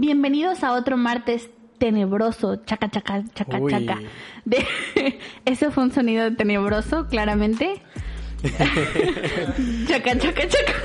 bienvenidos a otro martes tenebroso, chaca, chaca, chaca, Uy. chaca. Ese fue un sonido tenebroso, claramente. Chaca, chaca,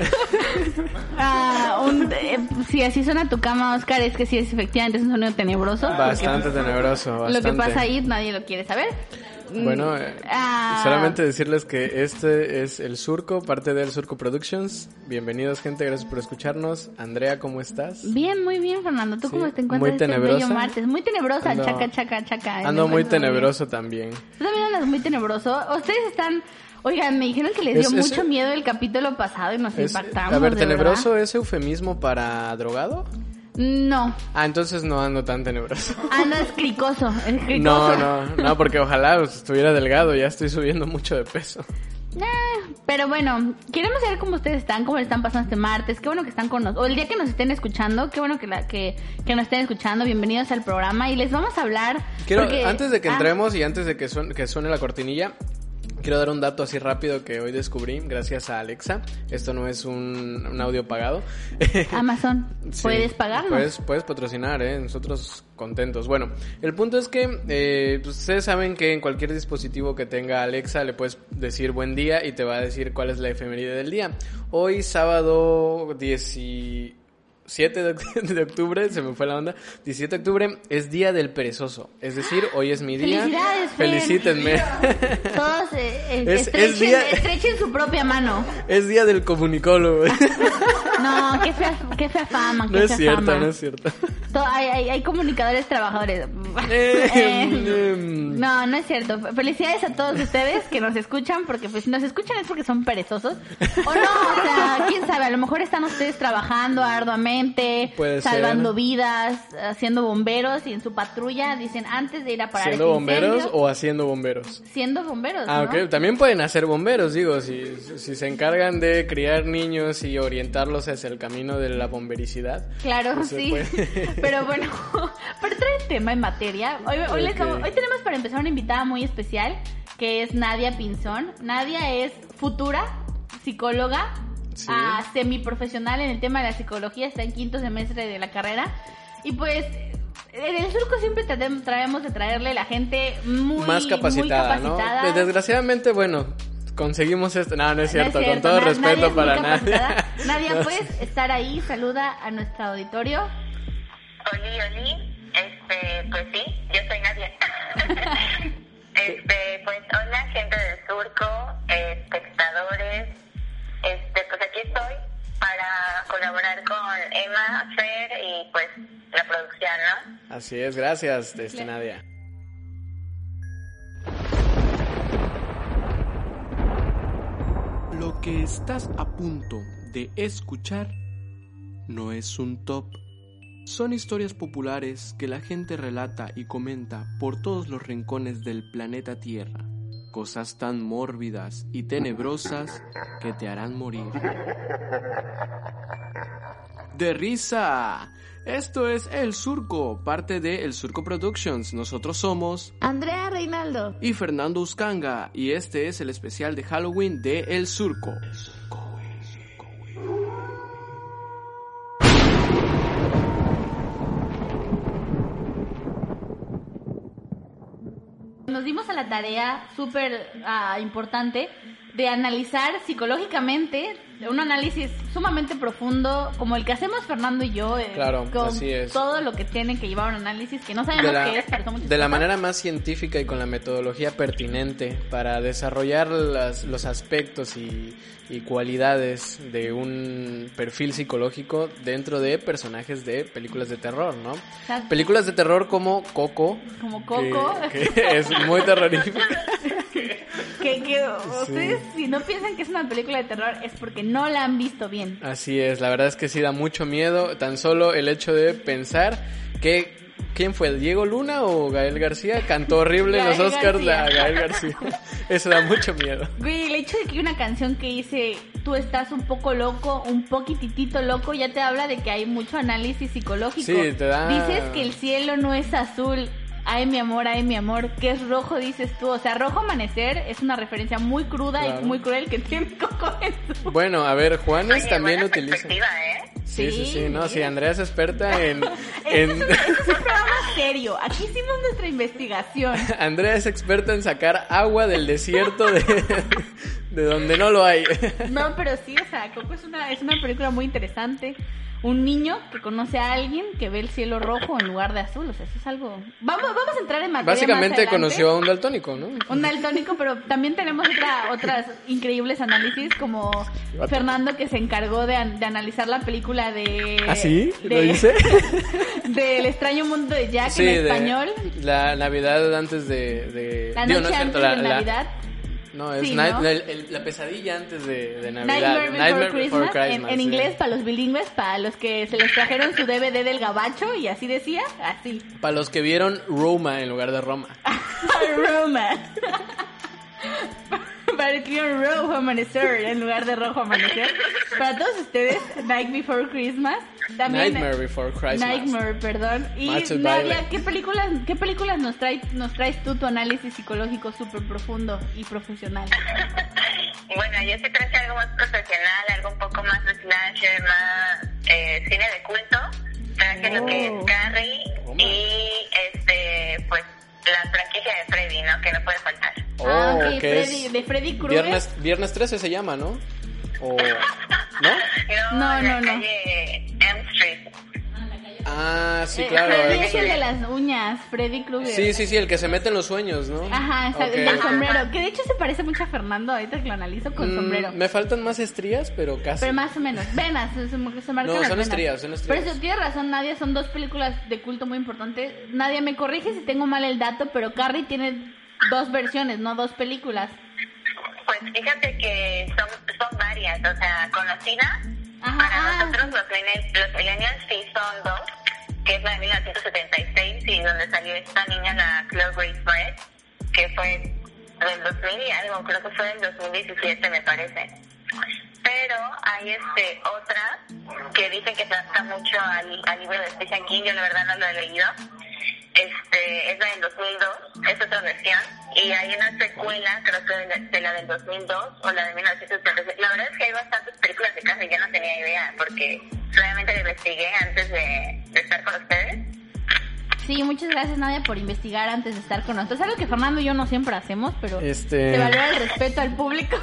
chaca. Si así suena tu cama, Oscar, es que sí, es efectivamente es un sonido tenebroso. Bastante tenebroso, bastante. Lo que pasa ahí nadie lo quiere saber. Bueno, solamente decirles que este es El Surco, parte del Surco Productions. Bienvenidos, gente, gracias por escucharnos. Andrea, ¿cómo estás? Bien, muy bien, Fernando. ¿Tú cómo te encuentras muy tenebrosa. este bello martes? Muy tenebrosa, chaca, chaca, chaca. Ando muy tenebroso también. ¿Tú también andas muy tenebroso? Ustedes están... Oigan, me dijeron que les dio mucho miedo el capítulo pasado y nos impactamos. A ver, ¿de ¿tenebroso verdad? es eufemismo para drogado? No. Entonces no ando tan tenebroso. Andas cricoso, es cricoso. No, porque ojalá estuviera delgado, ya estoy subiendo mucho de peso. Pero bueno, queremos saber cómo ustedes están, cómo le están pasando este martes. Qué bueno que están con nosotros, o el día que nos estén escuchando, qué bueno que nos estén escuchando. Bienvenidos al programa y les vamos a hablar. Antes de que entremos y antes de que suene la cortinilla, quiero dar un dato así rápido que hoy descubrí gracias a Alexa. Esto no es un audio pagado. Amazon, Sí, ¿puedes pagarnos? Puedes patrocinar, nosotros contentos. Bueno, el punto es que pues ustedes saben que en cualquier dispositivo que tenga Alexa le puedes decir buen día y te va a decir cuál es la efeméride del día. Hoy, sábado 17 de octubre, se me fue la onda, 17 de octubre es Día del Perezoso, es decir, hoy es mi día. ¡Felicidades, Fer! Felicítenme. Todos día... estrechen su propia mano. Es Día del Comunicólogo. No, qué fea fama, No es cierto, no es cierto. Hay comunicadores trabajadores. No es cierto. Felicidades a todos ustedes que nos escuchan, porque pues si nos escuchan es porque son perezosos. O no, o sea, quién sabe, a lo mejor están ustedes trabajando arduamente, salvando vidas, siendo bomberos, y en su patrulla dicen antes de ir a parar ¿Siendo este bomberos incendio, o haciendo bomberos? siendo bomberos, ¿no? Ok, también pueden hacer bomberos, digo, si se encargan de criar niños y orientarlos hacia el camino de la bombericidad. Claro, pues sí. Pero bueno, para traer el tema en materia, hoy tenemos para empezar una invitada muy especial, que es Nadia Pinzón. Nadia es futura psicóloga, Sí. Semiprofesional en el tema de la psicología, está en 5º semestre de la carrera. Y pues, en el Surco siempre traemos de traerle la gente más capacitada, muy capacitada. ¿no? Desgraciadamente, bueno, conseguimos esto. No es cierto, con todo respeto para Nadia. Nadia, ¿puedes estar ahí? Saluda a nuestro auditorio. Oli, pues sí, yo soy Nadia. Pues hola, gente del Surco, espectadores, pues aquí estoy para colaborar con Emma, Fer y pues la producción, ¿no? Así es, gracias, Nadia. Lo que estás a punto de escuchar no es un top. Son historias populares que la gente relata y comenta por todos los rincones del planeta Tierra. Cosas tan mórbidas y tenebrosas que te harán morir. ¡De risa! Esto es El Surco, parte de El Surco Productions. Nosotros somos Andrea Reinaldo y Fernando Uscanga, y este es el especial de Halloween de El Surco. Nos dimos a la tarea súper importante de analizar psicológicamente un análisis sumamente profundo como el que hacemos Fernando y yo, claro, con así es. Todo lo que tiene que llevar un análisis que no sabemos qué es, pero son muchas de la cosas. manera más científica y con la metodología pertinente para desarrollar los aspectos y cualidades de un perfil psicológico dentro de personajes de películas de terror, ¿no? Exacto. Películas de terror como Coco. Que es muy terrorífica. Que ustedes, si no piensan que es una película de terror, es porque no la han visto bien. Así es, la verdad es que sí da mucho miedo, tan solo el hecho de pensar que... ¿Quién fue? ¿Diego Luna o Gael García? Cantó horrible en los Oscars a Gael García. Eso da mucho miedo. Güey, el hecho de que hay una canción que dice tú estás un poco loco, un poquitito loco, ya te habla de que hay mucho análisis psicológico. Sí, te da... Dices que el cielo no es azul. Ay, mi amor, ¿qué es rojo? Dices tú. O sea, Rojo Amanecer es una referencia muy cruda, claro, y muy cruel que tiene Coco en su... Bueno, a ver, Juanes también utiliza... Sí, no, sí, Andrea es experta en... Es un programa serio, aquí hicimos nuestra investigación. Andrea es experta en sacar agua del desierto de donde no lo hay. No, pero sí, o sea, Coco es una película muy interesante. Un niño que conoce a alguien que ve el cielo rojo en lugar de azul, o sea, eso es algo... Vamos a entrar en materia. Básicamente conoció a un daltónico, ¿no? Un daltónico, pero también tenemos otras increíbles análisis, como Fernando, que se encargó de analizar la película de... ¿Ah, sí? ¿Lo dice? Del extraño mundo de Jack, sí, en español. La Navidad antes de... La noche antes de Navidad. No, es sí, ¿no? La pesadilla antes de Navidad. Nightmare Before Christmas. En inglés, para los bilingües, para los que se les trajeron su DVD del gabacho y así decía, así. Para los que vieron Roma en lugar de Roma. Roma. Para los que vieron Rojo Amanecer en lugar de Rojo Amanecer. Para todos ustedes, Night Before Christmas. También, Nightmare Before Christmas. Nightmare, perdón. Y Nadia, ¿qué películas nos traes tú, tu análisis psicológico súper profundo y profesional? Bueno, yo sí traje algo más profesional, algo un poco más de slasher, más cine de culto. Traje lo que es Carrie y pues la franquicia de Freddy, ¿no? Que no puede faltar. Ok, Freddy, de Freddy Krueger. Viernes 13 se llama, ¿no? ¿O no? No. Calle Elm Street. Ah, sí, claro. Freddy es el de las uñas, Freddy Krueger. Sí, el que se mete en los sueños, ¿no? Ajá, okay. El sombrero, que de hecho se parece mucho a Fernando, ahorita que lo analizo con sombrero. Me faltan más estrías, pero casi. Pero más o menos, venas, se marcan No, las son venas. estrías. Pero eso tienes razón, Nadia, son dos películas de culto muy importantes. Nadia, me corrige si tengo mal el dato, pero Carrie tiene dos versiones, no dos películas. Pues fíjate que son varias, o sea, conocidas. Ajá. Para nosotros los millennials sí son dos, que es la de 1976 y donde salió esta niña, la Chloe Grace Moretz, que fue del 2000 y algo, creo que fue del 2017 me parece. Pero hay otra que dicen que se adapta mucho al libro de Stephen King, yo la verdad no lo he leído. Es la del 2002, es otra versión, y hay una secuela, creo que de la del 2002 o la de 1976. La verdad es que hay bastantes películas de casa y yo no tenía idea, porque solamente la investigué antes de estar con ustedes. Sí, muchas gracias, Nadia, por investigar antes de estar con nosotros. Es algo que Fernando y yo no siempre hacemos, pero se valora el respeto al público.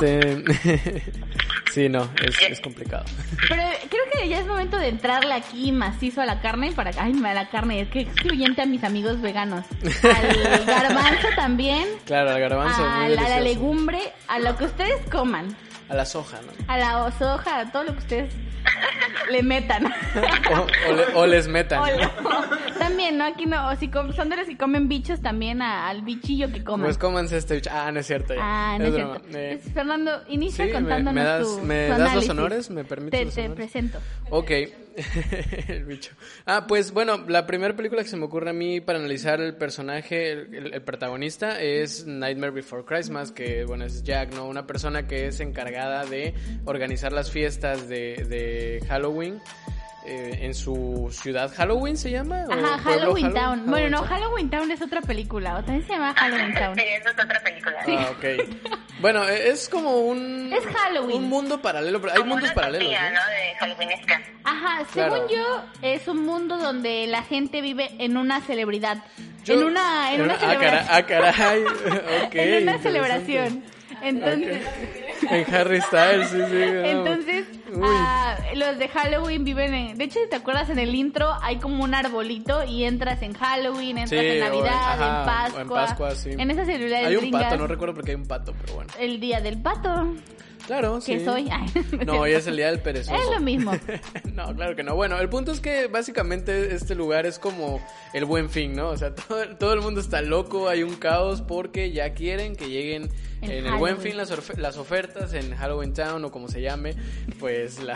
Sí, no, es complicado. Pero creo que ya es momento de entrarle aquí macizo a la carne a la carne, es que excluyente a mis amigos veganos. Al garbanzo también. Claro, al garbanzo. A la legumbre, a lo que ustedes coman. A la soja, ¿no? A la soja, a todo lo que ustedes le metan. O les metan. También, ¿no? Aquí no, o si son de los que comen bichos, también al bichillo que coman. Pues cómanse este bicho. No es cierto. No es cierto. Fernando, inicia contándonos tu ¿Me das análisis. Los honores? ¿Me permites los honores? Te presento. Ok. El bicho. Pues bueno, la primera película que se me ocurre a mí para analizar el personaje, el protagonista, es Nightmare Before Christmas, que bueno, es Jack, ¿no? Una persona que es encargada de organizar las fiestas de Halloween. En su ciudad, ¿Halloween se llama? Ajá, Halloween Town. Bueno, no, Halloween Town es otra película, o también se llama Halloween Town. Sí, esa es otra película. Sí. Ok. Bueno, es como es Halloween. Un mundo paralelo, pero hay como mundos paralelos, ¿no? De Halloweenesca. Ajá, según yo, es un mundo donde la gente vive en una celebridad. En una celebración. Caray. Okay, en una celebración. Entonces... En Harry Styles, sí. Entonces, los de Halloween viven en... De hecho, si te acuerdas, en el intro hay como un arbolito y entras en Halloween, entras en Navidad, en Pascua. En Pascua, sí. En esas celebridades hay un pato, no recuerdo por qué hay un pato, pero bueno. El día del pato. Claro, que sí. soy. No, hoy es el día del perezoso. Es lo mismo. No, claro que no. Bueno, el punto es que básicamente este lugar es como el Buen Fin, ¿no? O sea, todo el mundo está loco, hay un caos porque ya quieren que lleguen en el Buen Fin las ofertas en Halloween Town o como se llame, pues la...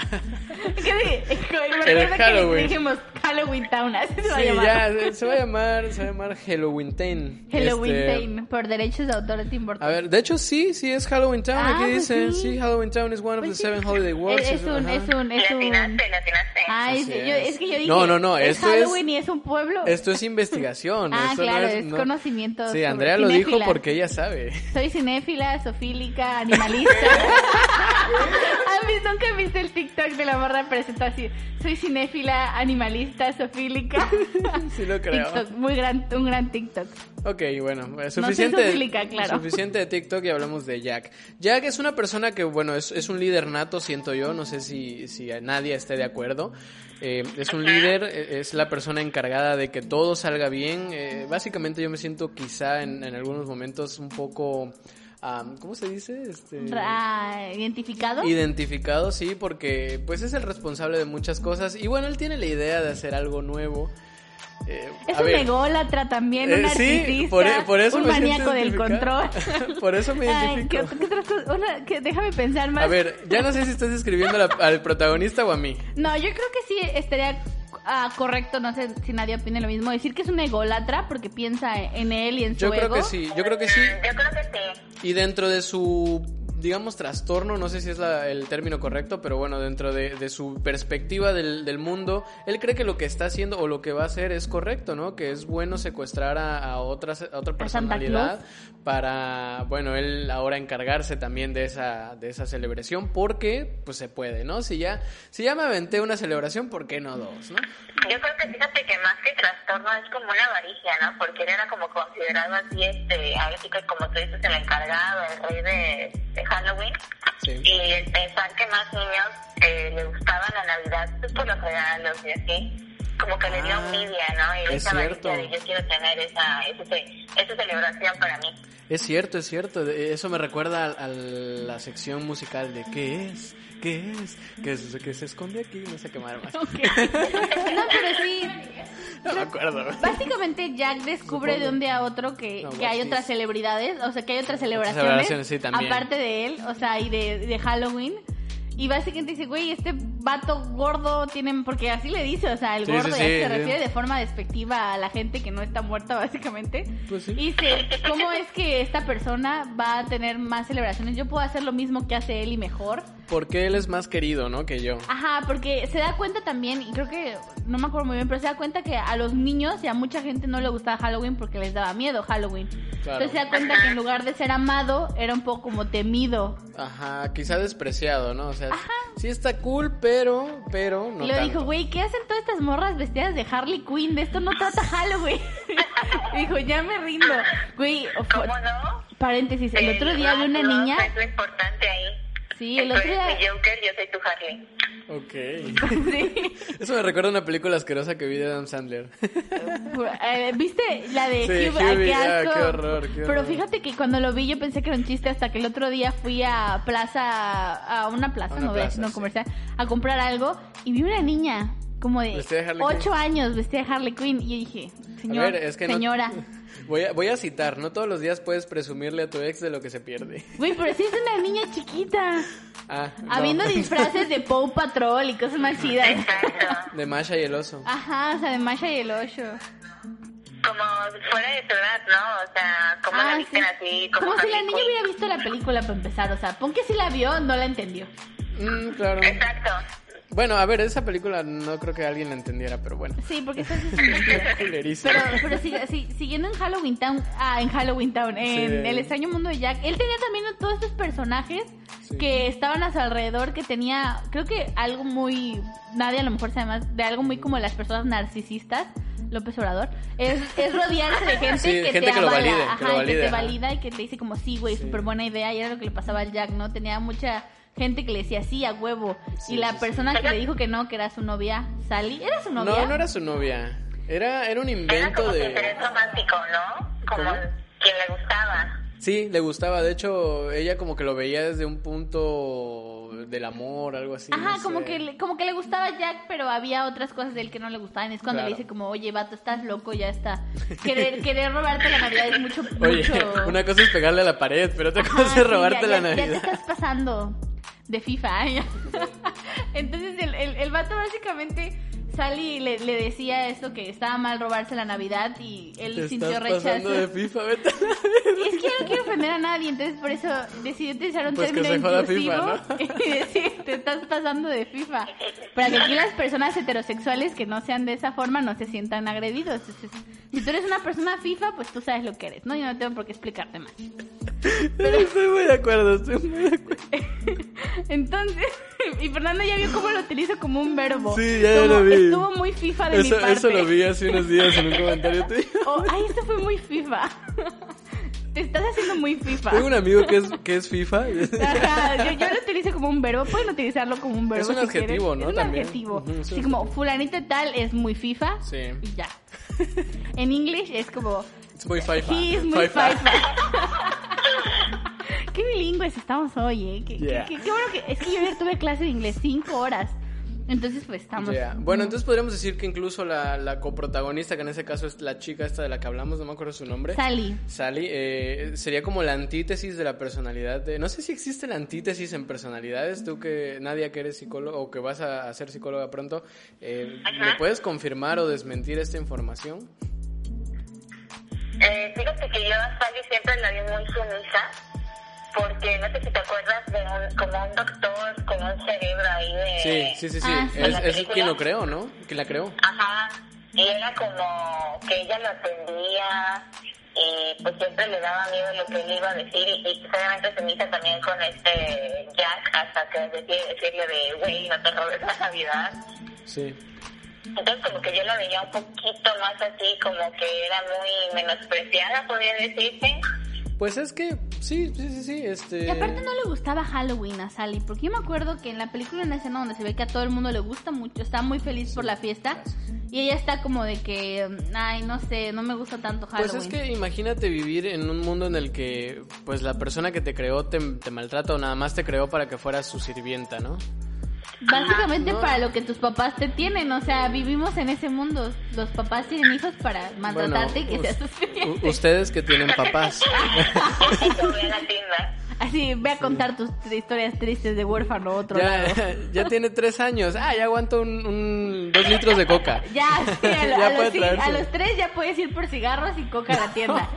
el Halloween. Que dijimos Halloween Town, así se va a llamar. Sí, ya, se va a llamar Halloween Town. Halloween Town, por derechos de autor de Tim Burton. A ver, de hecho sí es Halloween Town, aquí pues dice, sí, Halloween Town is one of the 7 holiday works. Es un... Latinaste. Es que yo dije, no, es Halloween y es un pueblo. Esto es investigación. Esto claro, es conocimiento. Sí, Andrea lo dijo porque ella sabe. Soy cinéfila, zoofílica, animalista. ¿Nunca viste el TikTok de la morra presentó así? Soy cinéfila, animalista, zoofílica. Sí lo creo. TikTok, un gran TikTok. Ok, bueno, suficiente, no zoofílica, claro. Suficiente de TikTok y hablamos de Jack. Jack es una persona que, bueno, es un líder nato, siento yo, no sé si nadie esté de acuerdo. Es un líder, es la persona encargada de que todo salga bien. Básicamente yo me siento quizá en algunos momentos un poco... ¿cómo se dice? ¿Identificado? Identificado, sí, porque pues es el responsable de muchas cosas. Y bueno, él tiene la idea de hacer algo nuevo. Es un ególatra también, un narcisista, sí, por eso un maníaco del control. Por eso me identifico. ¿Qué otras cosas? Déjame pensar más. A ver, ya no sé si estás escribiendo al protagonista o a mí. No, yo creo que sí estaría correcto, no sé si nadie opine lo mismo, decir que es un ególatra porque piensa en él y en su ego. Yo creo que sí. Yo creo que sí. Y dentro de su, digamos, trastorno, no sé si es el término correcto, pero bueno, dentro de su perspectiva del mundo, él cree que lo que está haciendo o lo que va a hacer es correcto, ¿no? Que es bueno secuestrar a otra personalidad para, bueno, él ahora encargarse también de esa celebración, porque pues se puede, ¿no? Si ya me aventé una celebración, ¿por qué no dos, no? Yo creo que fíjate que más que trastorno es como una avaricia, ¿no? Porque él era como considerado así, así que como tú dices, el encargado, el rey de Halloween. Sí. Y el pensar que más niños le gustaba la Navidad, pues por los regalos y así, como que le dio envidia, ¿no? Y esa avaricia de yo quiero tener esa celebración para mí. Es cierto. Eso me recuerda a la sección musical de ¿qué es? ¿Qué se esconde aquí? No sé qué más. Okay. No, pero sí. No me acuerdo. Básicamente Jack descubre de un día a otro que hay otras celebridades, o sea, que hay otras celebraciones sí, también. Aparte de él, o sea, y de Halloween. Y básicamente dice, güey, este vato gordo tiene... Porque así le dice, o sea, el gordo se refiere de forma despectiva a la gente que no está muerta, básicamente. Pues sí. Y dice, ¿cómo es que esta persona va a tener más celebraciones? Yo puedo hacer lo mismo que hace él y mejor. Porque él es más querido, ¿no? Que yo. Ajá, porque se da cuenta también, y creo que, no me acuerdo muy bien, pero se da cuenta que a los niños y a mucha gente no le gustaba Halloween porque les daba miedo Halloween. Claro. Entonces se da cuenta que en lugar de ser amado, era un poco como temido. Ajá, quizá despreciado, ¿no? O sea, sí está cool, pero no y le dijo, güey, ¿qué hacen todas estas morras vestidas de Harley Quinn? De esto no trata Halloween. Dijo, ya me rindo. Güey, ¿cómo no? Paréntesis, el otro día vi una niña... Es lo importante ahí. Sí, el otro día... Tú eres mi Joker, yo soy tu Harley. Ok. Sí. Eso me recuerda a una película asquerosa que vi de Adam Sandler. ¿Viste? La de Hubie. Qué asco. Qué horror. Pero fíjate que cuando lo vi yo pensé que era un chiste hasta que el otro día fui a una plaza comercial, a comprar algo y vi una niña como de 8 años vestida de Harley Quinn y yo dije, señora... Voy a citar, no todos los días puedes presumirle a tu ex de lo que se pierde. Güey, pero si es una niña chiquita. Habiendo disfraces de Paw Patrol y cosas más chidas. Exacto. De Masha y el oso. Ajá, o sea, de Masha y el oso. Como fuera de tu edad, ¿no? O sea, como la visten así. Como si la niña hubiera visto la película para empezar. O sea, pon que si la vio, no la entendió. Claro. Exacto. Bueno, a ver, esa película no creo que alguien la entendiera, pero bueno. Sí, porque está pero siguiendo en Halloween Town, en El extraño mundo de Jack, él tenía también todos estos personajes que estaban a su alrededor, que tenía, creo que algo muy, nadie a lo mejor sabe más, de algo muy como las personas narcisistas, López Obrador, es rodearse de gente que te avala, que te valida y que te dice como, sí, güey, súper buena idea, y era lo que le pasaba al Jack, ¿no? Tenía mucha... gente que le decía sí a huevo. Y la persona que le dijo que no, que era su novia, Sally. ¿Era su novia? No era su novia. Era un invento era como de... su interés romántico, ¿no? Como quien le gustaba. Sí, le gustaba. De hecho, ella como que lo veía desde un punto del amor, algo así. Ajá, como que le gustaba Jack, pero había otras cosas de él que no le gustaban. Es cuando le dice como, oye, vato, estás loco, ya está. Querer robarte la Navidad es mucho... Oye, una cosa es pegarle a la pared, pero otra cosa es robarte la Navidad. Ya te estás pasando de FIFA. Entonces el vato básicamente... Sally le decía esto, que estaba mal robarse la Navidad, y él sintió rechazo. De FIFA, vete. Es que yo no quiero ofender a nadie, entonces por eso decidí utilizar un término inclusivo, FIFA, ¿no? Y decir, te estás pasando de FIFA, para que aquí las personas heterosexuales que no sean de esa forma no se sientan agredidos. Entonces, si tú eres una persona FIFA, pues tú sabes lo que eres, ¿no? Yo no tengo por qué explicarte más. Pero estoy muy de acuerdo. Entonces, y Fernando ya vio cómo lo utilizo como un verbo. Sí, ya lo vi. Estuvo muy FIFA de mi parte. Eso lo vi hace unos días en un comentario tuyo. Ay, esto fue muy FIFA. Te estás haciendo muy FIFA. Tengo un amigo que es FIFA. Ajá, yo lo utilizo como un verbo. Pueden utilizarlo como un verbo. Es un adjetivo, ¿no? Es un adjetivo. Así como fulanito tal es muy FIFA. Sí. Y ya. En inglés es como... Es muy FIFA. Sí, es muy FIFA. Qué bilingües estamos hoy, ¿eh? Qué bueno que... Es que yo ayer tuve clase de inglés 5 horas. Entonces, pues, estamos... Bueno, entonces podríamos decir que incluso la coprotagonista, que en ese caso es la chica esta de la que hablamos, no me acuerdo su nombre. Sally, sería como la antítesis de la personalidad de... No sé si existe la antítesis en personalidades. Tú que, Nadia, que eres psicóloga o que vas a ser psicóloga pronto, ¿me puedes confirmar o desmentir esta información? Fíjate que yo a Sally siempre la vi muy sumisa, porque no sé si te acuerdas de como un doctor con un cerebro ahí de... Sí. Ah, Es quien lo creó, ¿no? Quien la creó. Ajá, y era como que ella lo atendía y pues siempre le daba miedo lo que él iba a decir y pues obviamente se misa también con Jack hasta que decide decirle de güey, no te robes la Navidad. Sí. Entonces como que yo la veía un poquito más así, como que era muy menospreciada, podría decirse. Pues es que, sí. Y aparte no le gustaba Halloween a Sally, porque yo me acuerdo que en la película hay una escena donde se ve que a todo el mundo le gusta mucho, está muy feliz por la fiesta, y ella está como de que, ay, no sé, no me gusta tanto Halloween. Pues es que imagínate vivir en un mundo en el que, pues la persona que te creó te maltrata o nada más te creó para que fueras su sirvienta, ¿no? Básicamente para lo que tus papás te tienen, o sea, vivimos en ese mundo. Los papás tienen hijos para maltratarte y que seas sus clientes. Ustedes que tienen papás. Así, ve a contar tus historias tristes de huérfano otro lado. Ya tiene 3 años. Ya aguanto 2 litros de coca. Ya, sí, a los 3 ya puedes ir por cigarros y coca a la tienda.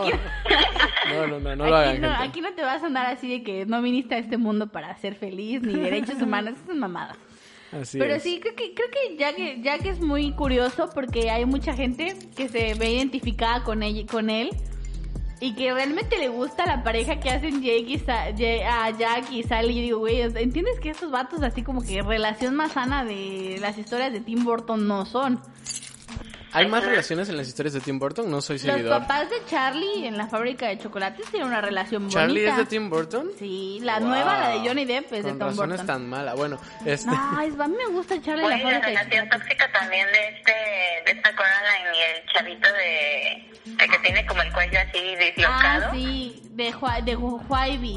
No lo hagan. Aquí no te vas a andar así de que no viniste a este mundo para ser feliz ni derechos humanos. Eso es mamada. Pero sí, creo que Jack es muy curioso porque hay mucha gente que se ve identificada con él y que realmente le gusta la pareja que hacen a Jack y Sally. Y digo, güey, ¿entiendes que estos vatos así como que relación más sana de las historias de Tim Burton no son? ¿Hay más relaciones en las historias de Tim Burton? No soy seguidor. Los papás de Charlie en la fábrica de chocolates tienen una relación bonita. ¿Charlie es de Tim Burton? Sí, la nueva, la de Johnny Depp, es de Tim Burton. No es tan mala. Bueno, No, a mí me gusta Charlie en la fábrica de chocolates. La relación tóxica también de esta Coraline y el chavito de que tiene como el cuello así dislocado. Ah, sí, de Wybie.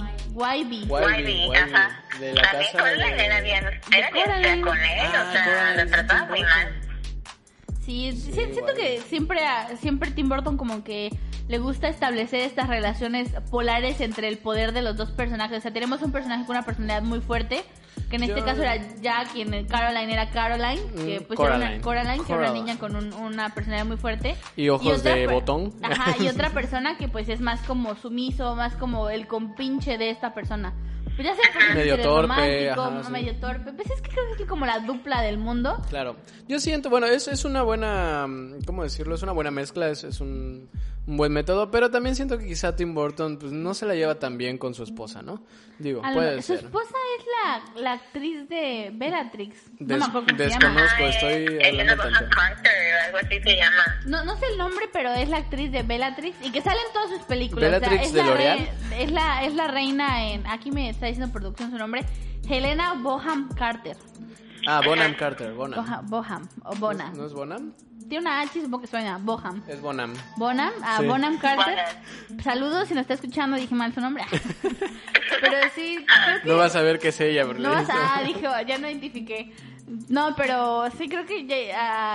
Ajá. De la también casa Coraline era bien fea con él, o sea, lo trataba muy mal. Sí, siento que siempre Tim Burton como que le gusta establecer estas relaciones polares entre el poder de los dos personajes. O sea, tenemos un personaje con una personalidad muy fuerte, que en este caso era Jack y en Caroline era Caroline, que pues Coraline. que era una niña con una personalidad muy fuerte. Y ojos de botón. Ajá, y otra persona que pues es más como sumiso, más como el compinche de esta persona. Pues ya sea medio torpe, medio torpe. Pues es que creo que es como la dupla del mundo. Claro. Yo siento, bueno, es una buena, ¿cómo decirlo? Es una buena mezcla, es un buen método, pero también siento que quizá Tim Burton pues no se la lleva tan bien con su esposa, ¿no? Digo, puede ser. Su esposa es la actriz de Bellatrix. No me acuerdo cómo se llama. Desconozco, estoy hablando tanto. Algo así se llama. No sé el nombre, pero es la actriz de Bellatrix y que sale en todas sus películas. Bellatrix de L'Oreal. Es la reina en... Aquí me está diciendo producción su nombre. Helena Bonham Carter. Ah, Bonham Carter, Bonham. Bonham o Bonham. ¿No es Bonham? Tiene una H, supongo que suena Bonham. Es Bonham. Bonham, Sí. Bonham Carter. Saludos si nos está escuchando, dije mal su nombre. Pero sí, creo que... No vas a ver que es ella. Porque No vas a... dijo, ya no identifiqué. No, pero sí creo que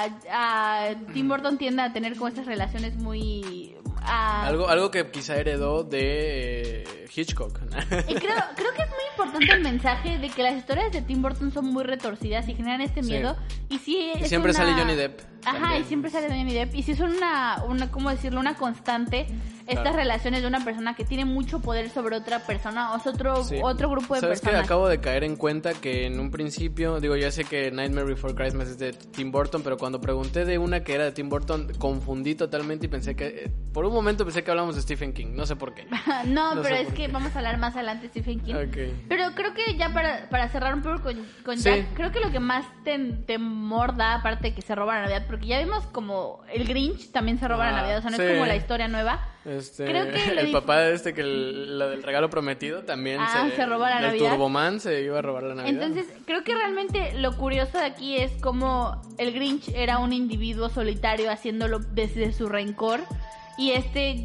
Tim Burton tiende a tener como estas relaciones muy... Algo que quizá heredó de Hitchcock. Y creo que es muy importante el mensaje de que las historias de Tim Burton son muy retorcidas y generan este miedo. Sí. Y sí, y siempre sale Johnny Depp. Ajá, también. Y siempre sale Johnny Depp. Y sí son una ¿cómo decirlo? Una constante. Estas relaciones de una persona que tiene mucho poder sobre otra persona o es otro grupo de ¿Sabes personas. que acabo de caer en cuenta que en un principio, digo, ya sé que Nightmare Before Christmas es de Tim Burton, pero cuando pregunté de una que era de Tim Burton, confundí totalmente y pensé que, por un momento pensé que hablábamos de Stephen King, no sé por qué. No, pero es que vamos a hablar más adelante de Stephen King. Okay. Pero creo que ya para cerrar un poco con Jack, creo que lo que más temor da, aparte de que se roba la Navidad, porque ya vimos como el Grinch también se roba la Navidad, o sea, no es como la historia nueva. Creo que el papá de que lo del regalo prometido también se roba la Navidad. El Turboman se iba a robar la Navidad. Entonces, creo que realmente lo curioso de aquí es cómo el Grinch era un individuo solitario haciéndolo desde su rencor y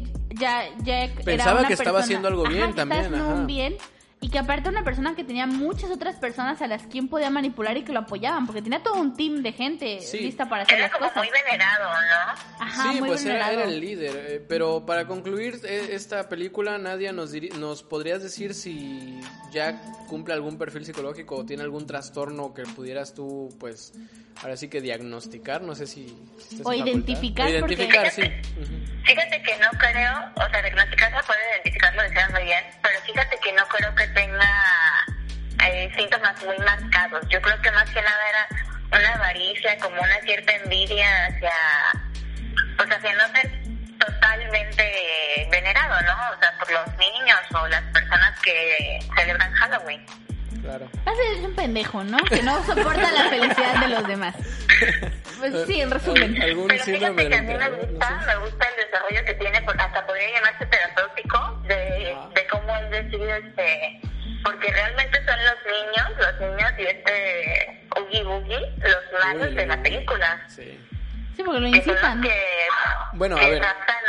Jack pensaba era que estaba haciendo algo bien también. Estaba haciendo un bien. Y que aparte una persona que tenía muchas otras personas a las quien podía manipular y que lo apoyaban, porque tenía todo un team de gente lista para hacer las cosas. Era como muy venerado, ¿no? Ajá, sí, muy pues venerado. Era el líder. Pero para concluir esta película, Nadia, ¿nos podrías decir si Jack cumple algún perfil psicológico o tiene algún trastorno que pudieras tú, pues, ahora sí que diagnosticar? No sé si o identificar. Identificar, sí. Fíjate que no creo, o sea, diagnosticarlo puede identificarlo, decías muy bien, pero fíjate que no creo que tenga síntomas muy marcados. Yo creo que más que nada era una avaricia, como una cierta envidia hacia no ser totalmente venerado, ¿no? O sea, por los niños o las personas que celebran Halloween. Claro. Es un pendejo, ¿no? Que no soporta la felicidad de los demás. Pues sí, en resumen. Pero fíjate que a mí me gusta el desarrollo que tiene, hasta podría llamarse terapéutico, de cómo él decide, porque realmente son los niños y Oogie Boogie, los malos de la película. Sí. Sí, porque lo incitan. Que bueno, a ver.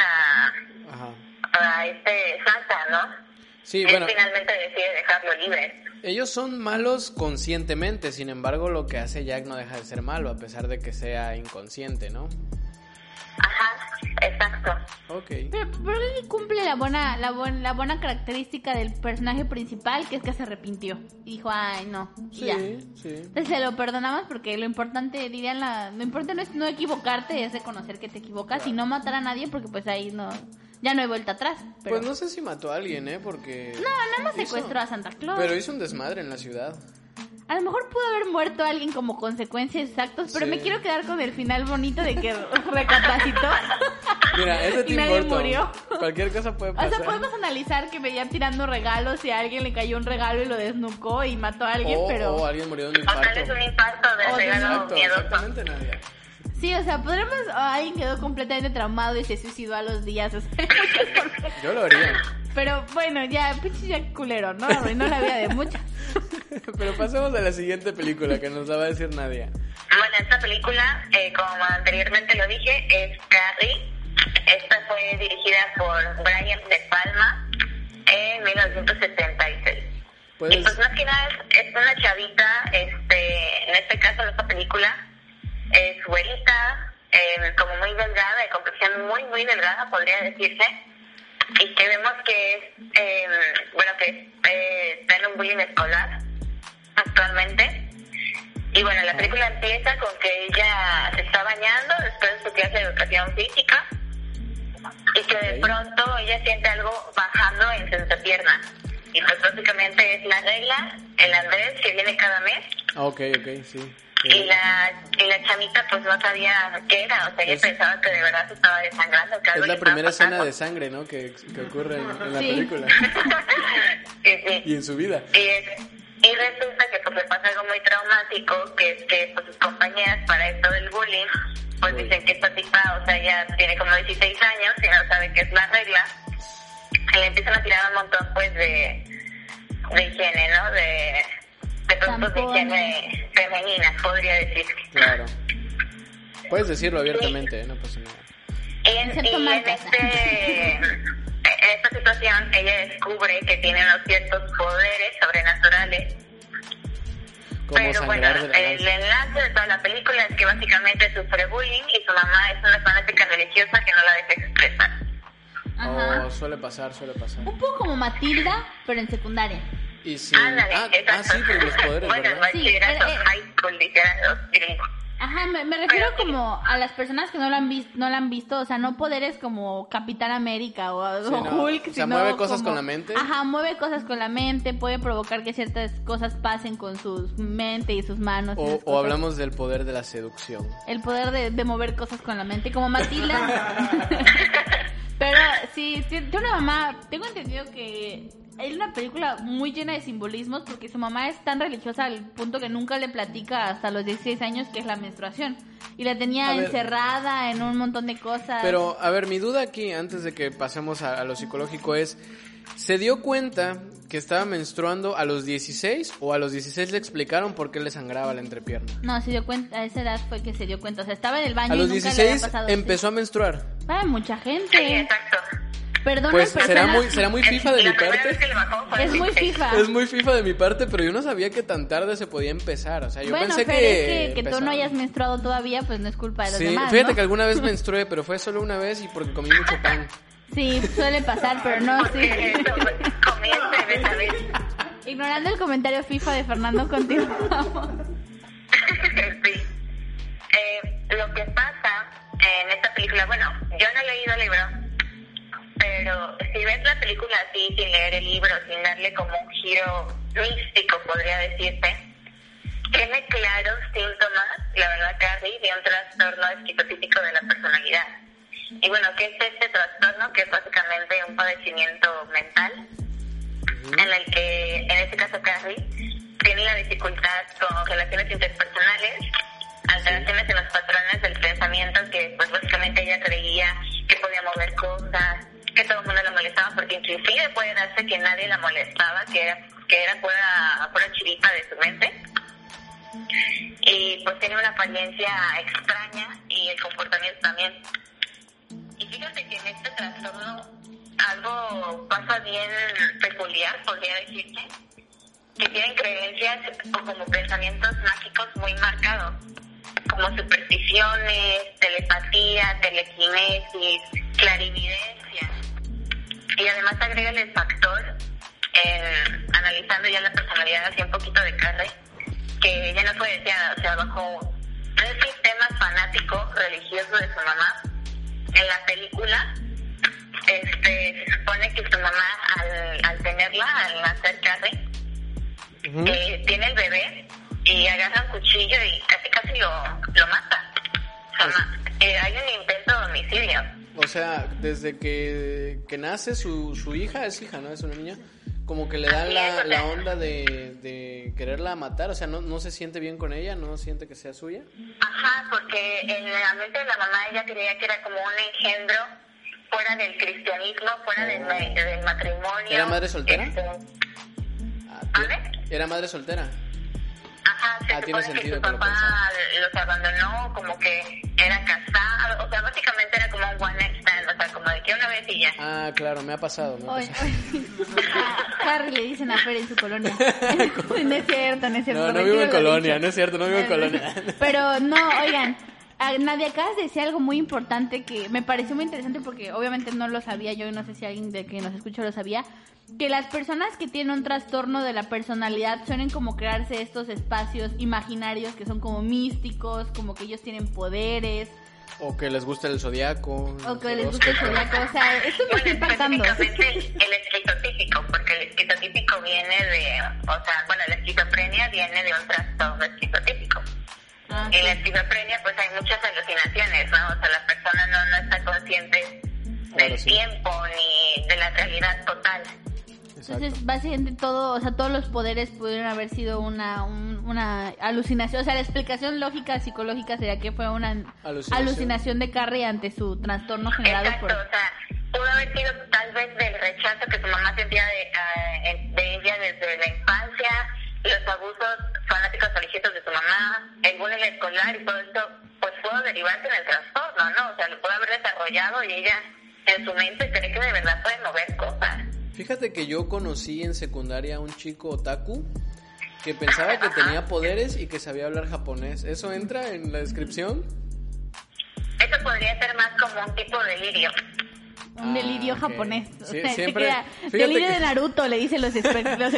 A Santa, ¿no? Sí, él finalmente decide dejarlo libre. Ellos son malos conscientemente, sin embargo, lo que hace Jack no deja de ser malo, a pesar de que sea inconsciente, ¿no? Ajá, exacto. Okay. Pero él cumple la buena característica del personaje principal, que es que se arrepintió. Y dijo, ay, no, sí, ya. Sí. Entonces se lo perdonamos porque lo importante, lo importante no es no equivocarte, es reconocer que te equivocas y no matar a nadie, porque pues ahí ya no hay vuelta atrás. Pero... Pues no sé si mató a alguien, porque... No, nada más secuestró a Santa Claus. Pero hizo un desmadre en la ciudad. A lo mejor pudo haber muerto alguien como consecuencias exactas, pero me quiero quedar con el final bonito de que recapacitó. Mira, es de Tim nadie Burton. Murió. Cualquier cosa puede pasar. O sea, podemos analizar que veían tirando regalos y a alguien le cayó un regalo y lo desnucó y mató a alguien, pero... O alguien murió de un infarto. O tal vez un infarto de regalo miedoso. Exactamente, Nadia. Sí, o sea, podremos... alguien quedó completamente traumado y se suicidó a los días. O sea, yo lo haría. Pero bueno, ya, pinche Jack culero, ¿no? Arruinó la vida de muchas. Pero pasemos a la siguiente película que nos la va a decir Nadia. Bueno, esta película, como anteriormente lo dije, es Carrie. Esta fue dirigida por Brian De Palma en 1976. Pues... Y pues más que nada es una chavita, en este caso en esta película, es güerita, como muy delgada, de complexión muy, muy delgada, podría decirse. Y que vemos que está en un bullying escolar actualmente. Y bueno, la película empieza con que ella se está bañando después de su clase de educación física y que de pronto ella siente algo bajando en su entrepierna. Y pues básicamente es la regla, el Andrés que viene cada mes. Ok, sí. Y la chamita pues no sabía qué era, o sea, ella pensaba que de verdad se estaba desangrando. Que es la primera escena de sangre, ¿no? Que ocurre en la película. Sí. Y en su vida. Y resulta que pues le pasa algo muy traumático, que es que pues, sus compañeras para esto del bullying, pues dicen que esta tipa, o sea, ya tiene como 16 años y no sabe qué es la regla. Y le empiezan a tirar un montón pues de higiene, ¿no? De productos de higiene femeninas, podría decir. Claro. Puedes decirlo abiertamente, no pasa nada. En esta situación ella descubre que tiene unos ciertos poderes sobrenaturales. Pero bueno, el enlace de toda la película es que básicamente sufre bullying y su mamá es una fanática religiosa que no la deja expresar. Ajá. Suele pasar. Un poco como Matilda, pero en secundaria. Y sí. Sí, pero los poderes, bueno, ¿verdad? el bachillerato, high school, dijeran los gringos. Ajá, me refiero como a las personas que no la han visto, o sea, no poderes como Capitán América o Hulk, o sea, mueve cosas con la mente. Ajá, mueve cosas con la mente, puede provocar que ciertas cosas pasen con su mente y sus manos. O hablamos del poder de la seducción. El poder de mover cosas con la mente, como Matilda. Pero sí, tiene una mamá, tengo entendido que hay una película muy llena de simbolismos porque su mamá es tan religiosa al punto que nunca le platica hasta los 16 años que es la menstruación. Y la tenía encerrada en un montón de cosas. Pero, a ver, mi duda aquí, antes de que pasemos a lo psicológico es, ¿se dio cuenta que estaba menstruando a los 16 o a los 16 le explicaron por qué le sangraba la entrepierna? No, se dio cuenta, a esa edad fue que se dio cuenta. O sea, estaba en el baño a los y nunca 16 le había pasado empezó a menstruar. Para mucha gente. Sí, exacto. Perdona, pues será muy FIFA de mi parte. Es muy FIFA. Es muy FIFA de mi parte, pero yo no sabía que tan tarde se podía empezar. O sea, yo pensé que tú no hayas menstruado todavía, pues no es culpa de los demás. Fíjate ¿no? que alguna vez menstrué, pero fue solo una vez y porque comí mucho pan. Sí, suele pasar, pero no, sí. Comiste esa vez. Ignorando el comentario FIFA de Fernando, continuamos. Sí. Lo que pasa en esta película, bueno, yo no he leído el libro, pero si ves la película así, sin leer el libro, sin darle como un giro místico, podría decirte, tiene claros síntomas, la verdad, Carrie, de un trastorno esquizotípico de la personalidad. Y bueno, ¿qué es este trastorno? Que es básicamente un padecimiento mental, en el que, en este caso, Carrie tiene la dificultad con relaciones interpersonales, alteraciones en los patrones del pensamiento, que pues básicamente ella creía que podía mover cosas, que todo el mundo la molestaba, porque inclusive puede darse que nadie la molestaba, que era pura chiripa de su mente. Y pues tiene una apariencia extraña y el comportamiento también. Y fíjate que en este trastorno algo pasa bien peculiar, podría decirte, que tienen creencias o como pensamientos mágicos muy marcados, como supersticiones, telepatía, telequinesis, clarividencia. Y además agrega el factor, analizando ya la personalidad así un poquito de Carrie, que ella no fue deseada, o sea, bajo un sistema fanático religioso de su mamá. En la película se supone que su mamá al tenerla, al nacer Carrie, tiene el bebé y agarra un cuchillo y casi lo mata. Hay un intento de homicidio. O sea, desde que nace su hija, es hija, ¿no? Es una niña, como que le dan la onda de quererla matar, o sea, no se siente bien con ella, no siente que sea suya. Ajá, porque en la mente de la mamá ella creía que era como un engendro fuera del cristianismo, fuera del matrimonio. ¿Era madre soltera? ¿Vale? ¿Era madre soltera? Ajá, se tiene supone sentido que su papá los abandonó, como que era casado, o sea, básicamente era como un one night stand, o sea, como de que una vez y ya. Ah, claro, me ha pasado. Carrie le dicen a Fer en su colonia. No es cierto. No vivo en colonia, no es cierto, no vivo en colonia. Pero no, oigan, Nadia, acabas de decir algo muy importante que me pareció muy interesante porque obviamente no lo sabía yo y no sé si alguien de que nos escucha lo sabía, que las personas que tienen un trastorno de la personalidad suelen como crearse estos espacios imaginarios que son como místicos, como que ellos tienen poderes. O que les gusta el zodiaco. O sea, esto me está impactando. Específicamente el esquizotípico, porque el esquizotípico viene la esquizofrenia viene de un trastorno esquizotípico. En la esquizofrenia pues hay muchas alucinaciones, ¿no? O sea, la persona no está consciente del tiempo ni de la realidad total. Entonces, básicamente todos los poderes pudieron haber sido una alucinación. O sea, la explicación lógica, psicológica sería que fue una alucinación de Carrie ante su trastorno generado. Exacto, o sea, pudo haber sido tal vez del rechazo que su mamá sentía de ella desde la infancia, los abusos fanáticos religiosos de su mamá, el bullying escolar y todo esto, pues pudo derivarse en el trastorno, ¿no? O sea, lo pudo haber desarrollado y ella en su mente cree que de verdad puede mover cosas. Fíjate que yo conocí en secundaria a un chico otaku que pensaba que tenía poderes y que sabía hablar japonés. ¿Eso entra en la descripción? Eso podría ser más como un tipo de delirio. Un delirio japonés. Sí, o sea, siempre, delirio de Naruto, le dicen los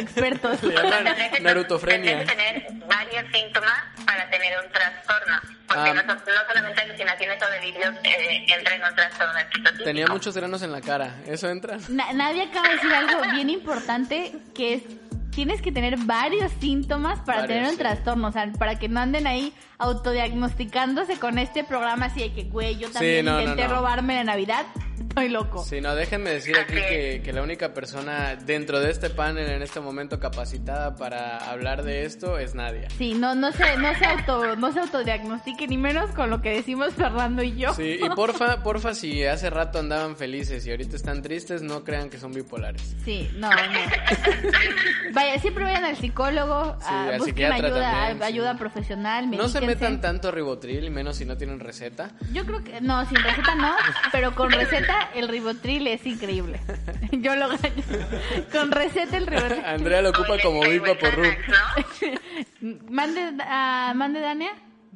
expertos. Le llaman narutofrenia. Tienes que tener varios síntomas para tener un trastorno. porque no solamente alucinaciones o delirios entra en un trastorno esquizofrénico. Tenía muchos granos en la cara, ¿eso entra? Nadie acaba de decir algo bien importante, que es, tienes que tener varios síntomas para tener un trastorno, o sea, para que no anden ahí autodiagnosticándose con este programa así de que, güey, yo también intenté robarme la Navidad. Estoy loco. Sí, no, déjenme decir aquí que la única persona dentro de este panel en este momento capacitada para hablar de esto es Nadia. Sí, no se autodiagnostique, ni menos con lo que decimos Fernando y yo. Sí, y porfa, si hace rato andaban felices y ahorita están tristes, no crean que son bipolares. Sí, no. Vaya, siempre vayan al psicólogo, al busquen psiquiatra ayuda profesional, medíquense. No se metan tanto Ribotril, y menos si no tienen receta. Yo creo que, no, sin receta no, pero con receta el Ribotril es increíble. Yo lo gano. Con receta el Ribotril. Andrea lo ocupa como Viva por Rub. Mande Dania.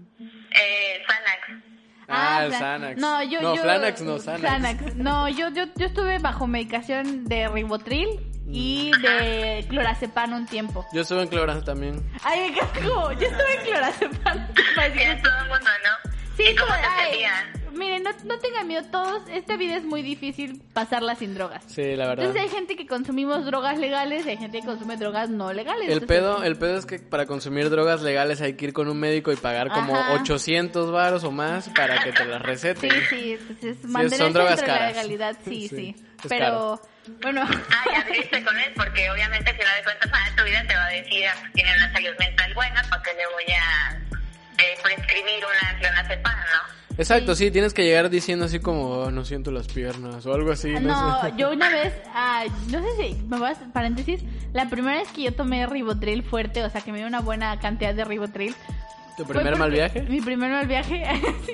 Xanax. El Xanax. Flanax no, Xanax. No, yo estuve bajo medicación de Ribotril y de clorazepam un tiempo. Yo estuve en clorazepam también. Ay, me casco. Yo estuve en clorazepam. Es todo el mundo, ¿no? Sí, ¿cómo te sentías? Miren, no tengan miedo todos. Esta vida es muy difícil pasarla sin drogas. Sí, la verdad. Entonces hay gente que consumimos drogas legales y hay gente que consume drogas no legales. El pedo es que para consumir drogas legales hay que ir con un médico y pagar como 800 varos o más para que te las receten. Sí, entonces mantenerse son drogas entre caras. la legalidad, sí. Pero, bueno. Ya triste con él, porque obviamente si no de cuentas para tu vida te va a decir, tiene una salud mental buena, ¿para qué le voy a prescribir una clonazepam, no? Exacto, sí, tienes que llegar diciendo así como, no siento las piernas o algo así. No, sé. Yo una vez, no sé si, me voy a paréntesis, la primera vez que yo tomé Ribotril fuerte, o sea, que me dio una buena cantidad de Ribotril. ¿Tu primer mal viaje? Mi primer mal viaje,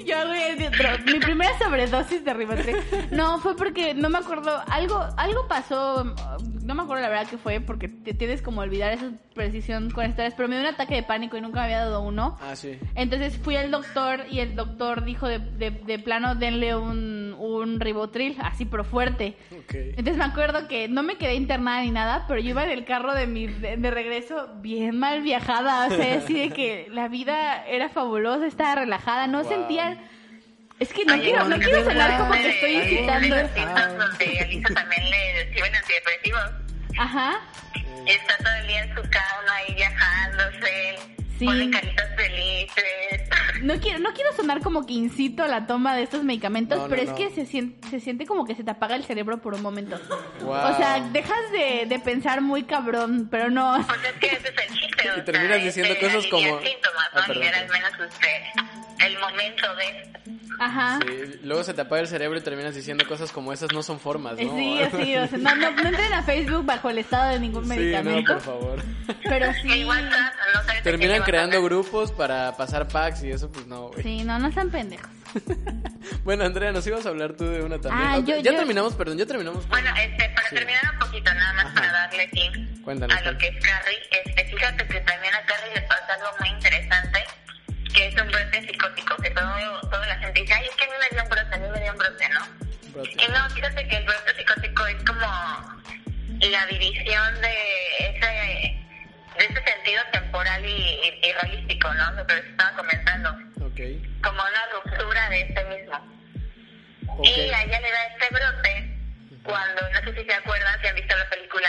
mi primera sobredosis de Ribotril. No, fue porque, no me acuerdo, algo pasó, no me acuerdo la verdad que fue, porque te tienes como olvidar esa precisión con historias, pero me dio un ataque de pánico y nunca me había dado uno. Sí. Entonces fui al doctor y el doctor dijo de plano, denle un Ribotril, así pero fuerte. Okay. Entonces me acuerdo que no me quedé internada ni nada, pero yo iba en el carro de regreso bien mal viajada, o sea, así de que la vida era fabulosa, estaba relajada, no sentía... Es que no quiero sonar como que estoy incitando. Donde a Lisa también le reciben antidepresivos. Ajá. Y está todo el día en su cama ahí viajándose. Sí. Pone caritas felices. No quiero sonar como que incito a la toma de estos medicamentos, pero es que se siente como que se te apaga el cerebro por un momento. Wow. O sea, dejas de pensar muy cabrón, pero no. Pues es que ese es el chiste. Y terminas diciendo cosas como... síntomas, ¿no? Aliviar al menos el momento de... Ajá. Sí, luego se te apaga el cerebro y terminas diciendo cosas como esas no son formas, ¿no? Sí, o sea, no entren a Facebook bajo el estado de ningún medicamento. Sí, no, por favor. Pero sí. Terminan creando grupos para pasar packs y eso, pues no, güey. Sí, no sean pendejos. Bueno, Andrea, nos ibas a hablar tú de una también. Ya terminamos. Bueno, para terminar un poquito, nada más para darle fin Cuéntanos, a lo que es Carrie. Fíjate que también a Carrie le pasa algo muy interesante, que es un brote psicótico, que toda la gente dice, ay, es que a mí me dio un brote, ¿no? Y no, fíjate que el brote psicótico es como la división de ese sentido temporal y realístico, ¿no? Lo que les estaba comentando. Okay. Como una ruptura de este mismo. Okay. Y a ella le da este brote cuando, no sé si se acuerdan, si han visto la película,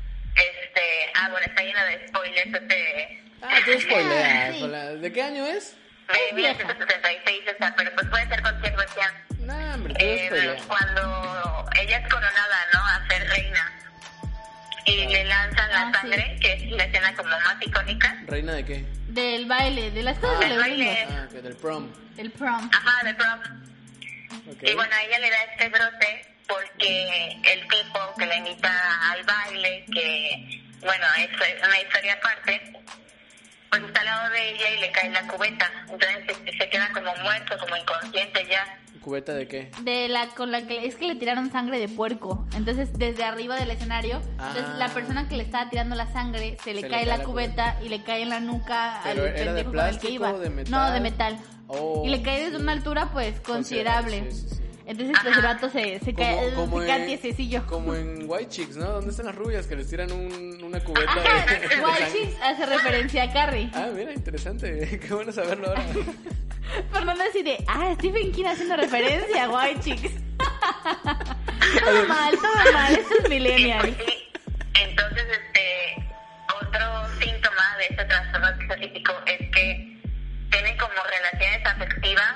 bueno, está llena de spoilers, tú spoileas. Sí. ¿De qué año es? De 1966, pero pues puede ser cualquier versión. No, hombre, tú spoileas. Cuando ella es coronada, ¿no? A ser reina. Y le lanzan la sangre, que es la escena como más icónica. ¿Reina de qué? Del baile, de las cosas de los baile. Okay, del prom. El prom. Ajá, del prom. Okay. Y bueno, a ella le da este brote porque el tipo que la invita al baile, que, bueno, es una historia aparte, pues está al lado de ella y le cae la cubeta. Entonces se queda como muerto, como inconsciente ya. ¿Cubeta de qué? Con la que es que le tiraron sangre de puerco. Entonces, desde arriba del escenario, entonces la persona que le estaba tirando la sangre se le cae la cubeta y le cae en la nuca al pendejo con el que iba. ¿De metal? No, de metal. Oh, y le cae desde una altura pues considerable. Sí. Entonces pues el vato se cae, se cae tiesecillo. Como en White Chicks, ¿no? ¿Dónde están las rubias que les tiran una cubeta? White Chicks hace referencia a Carrie. Mira, interesante. Qué bueno saberlo ahora. Fernanda así de, Stephen King haciendo referencia a White Chicks. todo mal, esto es millennial. Sí. Entonces, otro síntoma de este trastorno esquizotípico es que tienen como relaciones afectivas,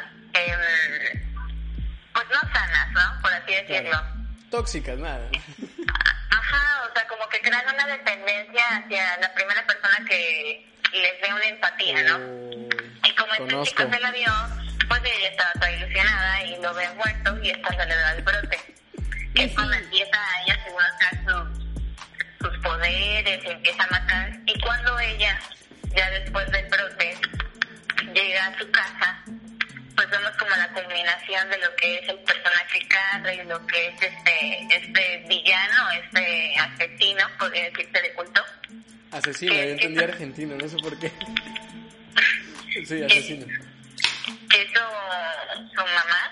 pues no sanas, ¿no? Por así decirlo. Claro. Tóxicas, nada. Ajá, o sea, como que crean una dependencia hacia la primera persona que les dé una empatía, ¿no? Y como este chico se la vio, pues ella estaba toda ilusionada y lo ve muerto y esta se le da el brote. Que es cuando empieza a ella a buscar sus poderes, empieza a matar. Y cuando ella, ya después del brote, llega a su casa, pues vemos como la culminación de lo que es el personaje Carrie, lo que es este villano, este asesino, podría decirse, de culto. Asesino, yo entendí argentino, no sé por qué. Sí, asesino. Que su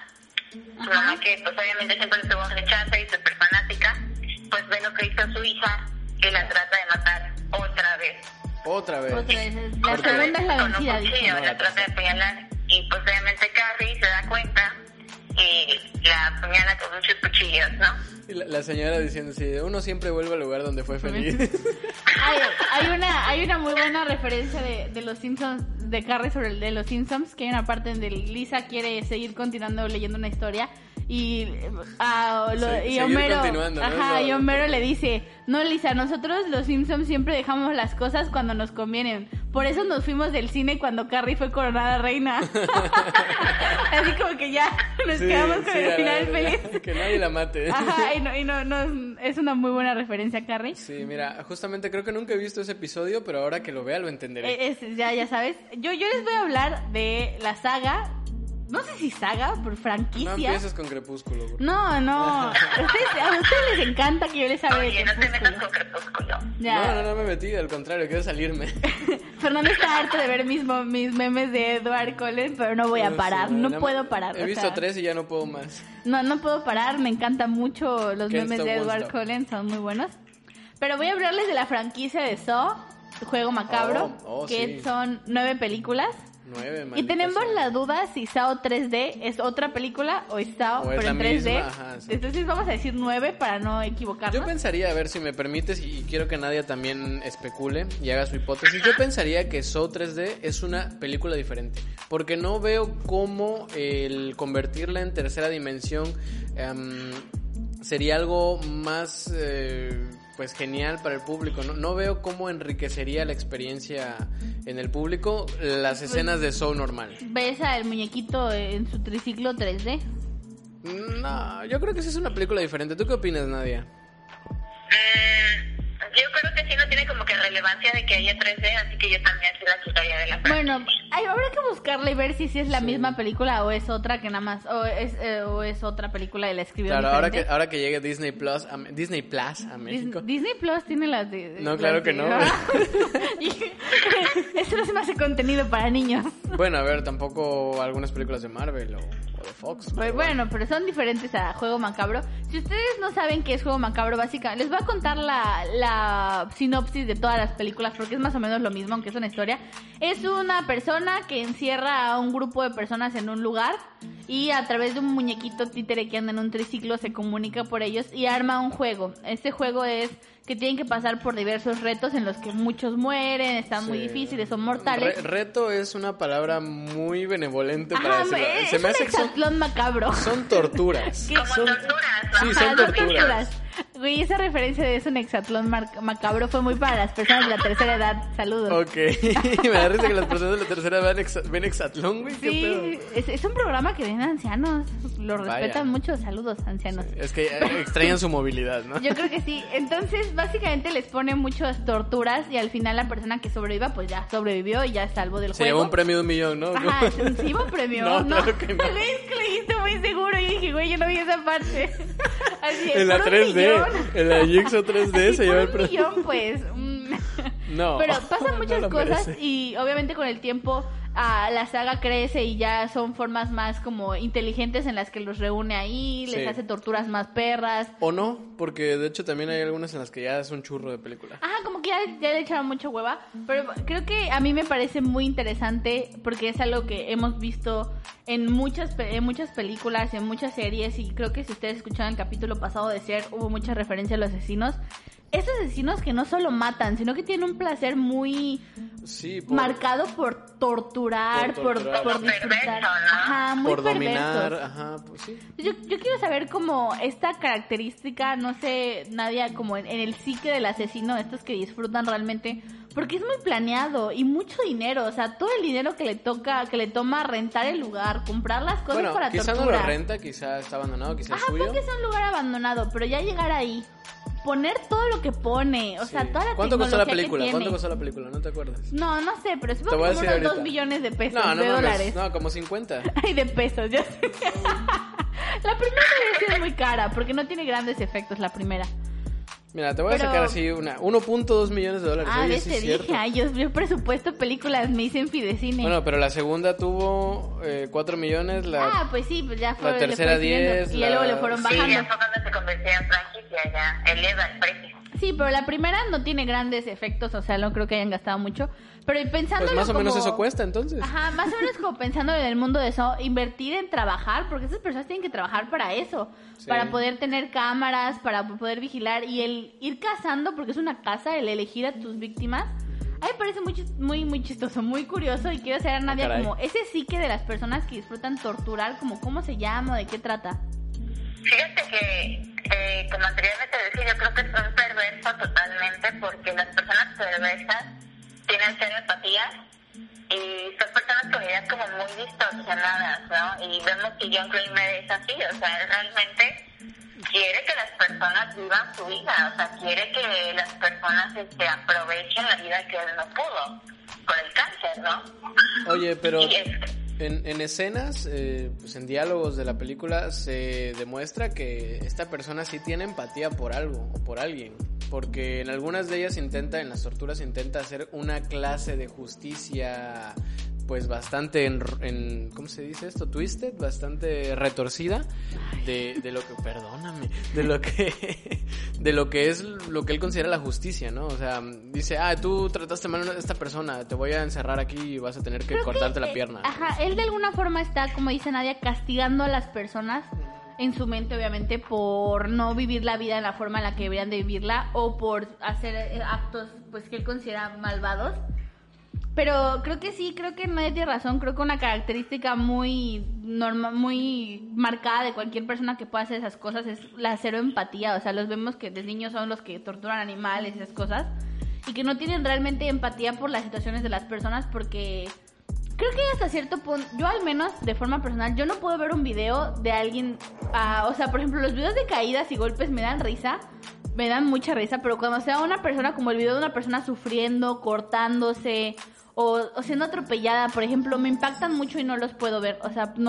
mamá que pues obviamente siempre estuvo rechaza y súper fanática, pues ve lo que hizo su hija y la trata de matar otra vez. La segunda es la vencida. Con un cuchillo, la trata de apuñalar. Y pues obviamente Carrie se da cuenta y la apuñala con muchos cuchillos, ¿no? Y la señora diciendo así, uno siempre vuelve al lugar donde fue feliz. Hay una muy buena referencia de los Simpsons, de Carrie sobre el de los Simpsons, que hay una parte donde Lisa quiere seguir continuando leyendo una historia y Homero, ¿no? Y Homero le dice, no, Lisa, nosotros los Simpsons siempre dejamos las cosas cuando nos convienen, por eso nos fuimos del cine cuando Carrie fue coronada reina. Así como que ya nos quedamos con el final feliz. Que nadie la mate. Ajá, y no, es una muy buena referencia a Carrie. Sí, mira, justamente creo que nunca he visto ese episodio, pero ahora que lo vea lo entenderé. Ya sabes, yo les voy a hablar de la saga. No sé si saga, por franquicia. No empieces con Crepúsculo. Bro. No. A ustedes les encanta que yo les hable de Crepúsculo. No te metas con Crepúsculo. Ya. No me metí, al contrario, quiero salirme. Fernando está harto de ver mis memes de Edward Cullen, pero no voy a parar, no puedo parar. He visto 3 y ya no puedo más. No puedo parar, me encantan mucho los memes de Edward Cullen, son muy buenos. Pero voy a hablarles de la franquicia de Saw, Juego Macabro, que son 9 películas. 9, y tenemos la duda si Saw 3D es otra película o es Saw, pero en 3D. Ajá, sí. Entonces vamos a decir 9 para no equivocarnos. Yo pensaría, a ver si me permites, y quiero que Nadia también especule y haga su hipótesis. Yo pensaría que Saw 3D es una película diferente, porque no veo cómo el convertirla en tercera dimensión sería algo más pues genial para el público. No veo cómo enriquecería la experiencia en el público las escenas de Saw normal. ¿Ves al muñequito en su triciclo 3D? No, yo creo que sí es una película diferente. ¿Tú qué opinas, Nadia? Yo creo que sí no tiene como que relevancia de que haya 3D, así que yo también sí la quitaría de la franquicia. Bueno, habrá que buscarla y ver si es la misma película o es otra que nada más, o es otra película y la escribió diferente. Ahora que llegue Disney Plus a México. Disney Plus tiene las de... No, claro que no. Eso no se me hace contenido para niños. Bueno, a ver, tampoco algunas películas de Marvel o de Fox. Bueno, pero son diferentes a Juego Macabro. Si ustedes no saben qué es Juego Macabro, básicamente, les voy a contar la sinopsis de todas las películas porque es más o menos lo mismo, aunque es una historia. Es una persona que encierra a un grupo de personas en un lugar y a través de un muñequito títere que anda en un triciclo se comunica por ellos y arma un juego. Este juego es que tienen que pasar por diversos retos en los que muchos mueren, están muy difíciles, son mortales. Reto es una palabra muy benevolente para decirlo. Se me hace hexatlón macabro. Son torturas. Como torturas, ¿no? Sí, son torturas. Güey, esa referencia de eso en hexatlón macabro fue muy para las personas de la tercera edad. Saludos. Ok. Me da risa que las personas de la tercera edad ven hexatlón, güey. Sí, es un programa que ven ancianos. Lo respetan mucho. Saludos, ancianos. Sí, es que extrañan su movilidad, ¿no? Yo creo que sí. Entonces, básicamente les ponen muchas torturas y al final la persona que sobreviva, pues ya sobrevivió y ya es salvo del juego. Se llevó un premio de $1 millón, ¿no? Ajá, ¿se llevó un premio? No, claro que no. Es que lo dijiste muy seguro. Yo dije, güey, yo no vi esa parte. Así es, en la 3D. En la Jigsaw 3D se lleva el premio. $1 millón, pues. No. Pero pasan muchas cosas y obviamente con el tiempo la saga crece y ya son formas más como inteligentes en las que los reúne ahí, les hace torturas más perras. O no, porque de hecho también hay algunas en las que ya es un churro de película. Ajá, como que ya le echaron mucha hueva, pero creo que a mí me parece muy interesante porque es algo que hemos visto en muchas películas, en muchas series, y creo que si ustedes escucharon el capítulo pasado de Ser, hubo mucha referencia a los asesinos. Esos asesinos que no solo matan, sino que tienen un placer muy marcado por torturar, por disfrutar. Ajá, muy por dominar, ajá, pues sí. Yo quiero saber cómo esta característica, no sé, Nadia, como en el psique del asesino, estos que disfrutan realmente, porque es muy planeado y mucho dinero, o sea, todo el dinero que le toma rentar el lugar, comprar las cosas para torturar. Quizá no lo renta, quizá está abandonado, quizá es suyo. Ajá, porque es un lugar abandonado, pero ya llegar ahí, poner todo lo que pone, o sea, toda la ¿Cuánto costó la película? Que ¿Cuánto costó la película? ¿No te acuerdas? No sé, pero supongo que unos 2 millones de pesos, de dólares. No, como 50. Ay, de pesos, yo sé. La primera es muy cara, porque no tiene grandes efectos la primera. Mira, te voy a sacar así 1.2 millones de dólares. Ah, ves, te dije, yo presupuesto películas, me hice en Fidecine. Bueno, pero la segunda tuvo 4 millones, pues sí, pues ya fue. La tercera 10. Y luego le fueron bajando. Sí, ya fue cuando se convirtió en franquicia, ya eleva el precio. Sí, pero la primera no tiene grandes efectos, o sea, no creo que hayan gastado mucho. Pero pensándolo pues más o menos eso cuesta, entonces. Ajá, más o menos como pensándolo en el mundo de eso, invertir en trabajar, porque esas personas tienen que trabajar para eso, para poder tener cámaras, para poder vigilar, y el ir cazando, porque es una caza, el elegir a tus víctimas. A mí me parece muy chistoso, muy curioso, y quiero saber a Nadia como ese psique de las personas que disfrutan torturar, como cómo se llama, de qué trata. Fíjate que, como anteriormente decía, yo creo que es un perverso totalmente, porque las personas perversas tienen cero empatía y son personas con ideas como muy distorsionadas, ¿no? Y vemos que John Kramer es así, o sea, él realmente quiere que las personas vivan su vida, o sea, quiere que las personas aprovechen la vida que él no pudo por el cáncer, ¿no? Oye, pero en escenas, pues en diálogos de la película se demuestra que esta persona sí tiene empatía por algo o por alguien. Porque en algunas de ellas en las torturas intenta hacer una clase de justicia, pues bastante ¿cómo se dice esto? Twisted, bastante retorcida de lo que, perdóname, de lo que es lo que él considera la justicia, ¿no? O sea, dice, tú trataste mal a esta persona, te voy a encerrar aquí y vas a tener que cortarte la pierna. Ajá, él de alguna forma está, como dice Nadia, castigando a las personas en su mente, obviamente, por no vivir la vida en la forma en la que deberían de vivirla, o por hacer actos pues que él considera malvados. Pero creo que Nadia tiene razón. Creo que una característica muy normal, muy marcada de cualquier persona que pueda hacer esas cosas es la cero empatía. O sea, los vemos que desde niños son los que torturan animales y esas cosas, y que no tienen realmente empatía por las situaciones de las personas, porque creo que hasta cierto punto, yo al menos de forma personal, yo no puedo ver un video de alguien, o sea, por ejemplo, los videos de caídas y golpes me dan mucha risa, pero cuando sea una persona, como el video de una persona sufriendo, cortándose o siendo atropellada, por ejemplo, me impactan mucho y no los puedo ver, o sea,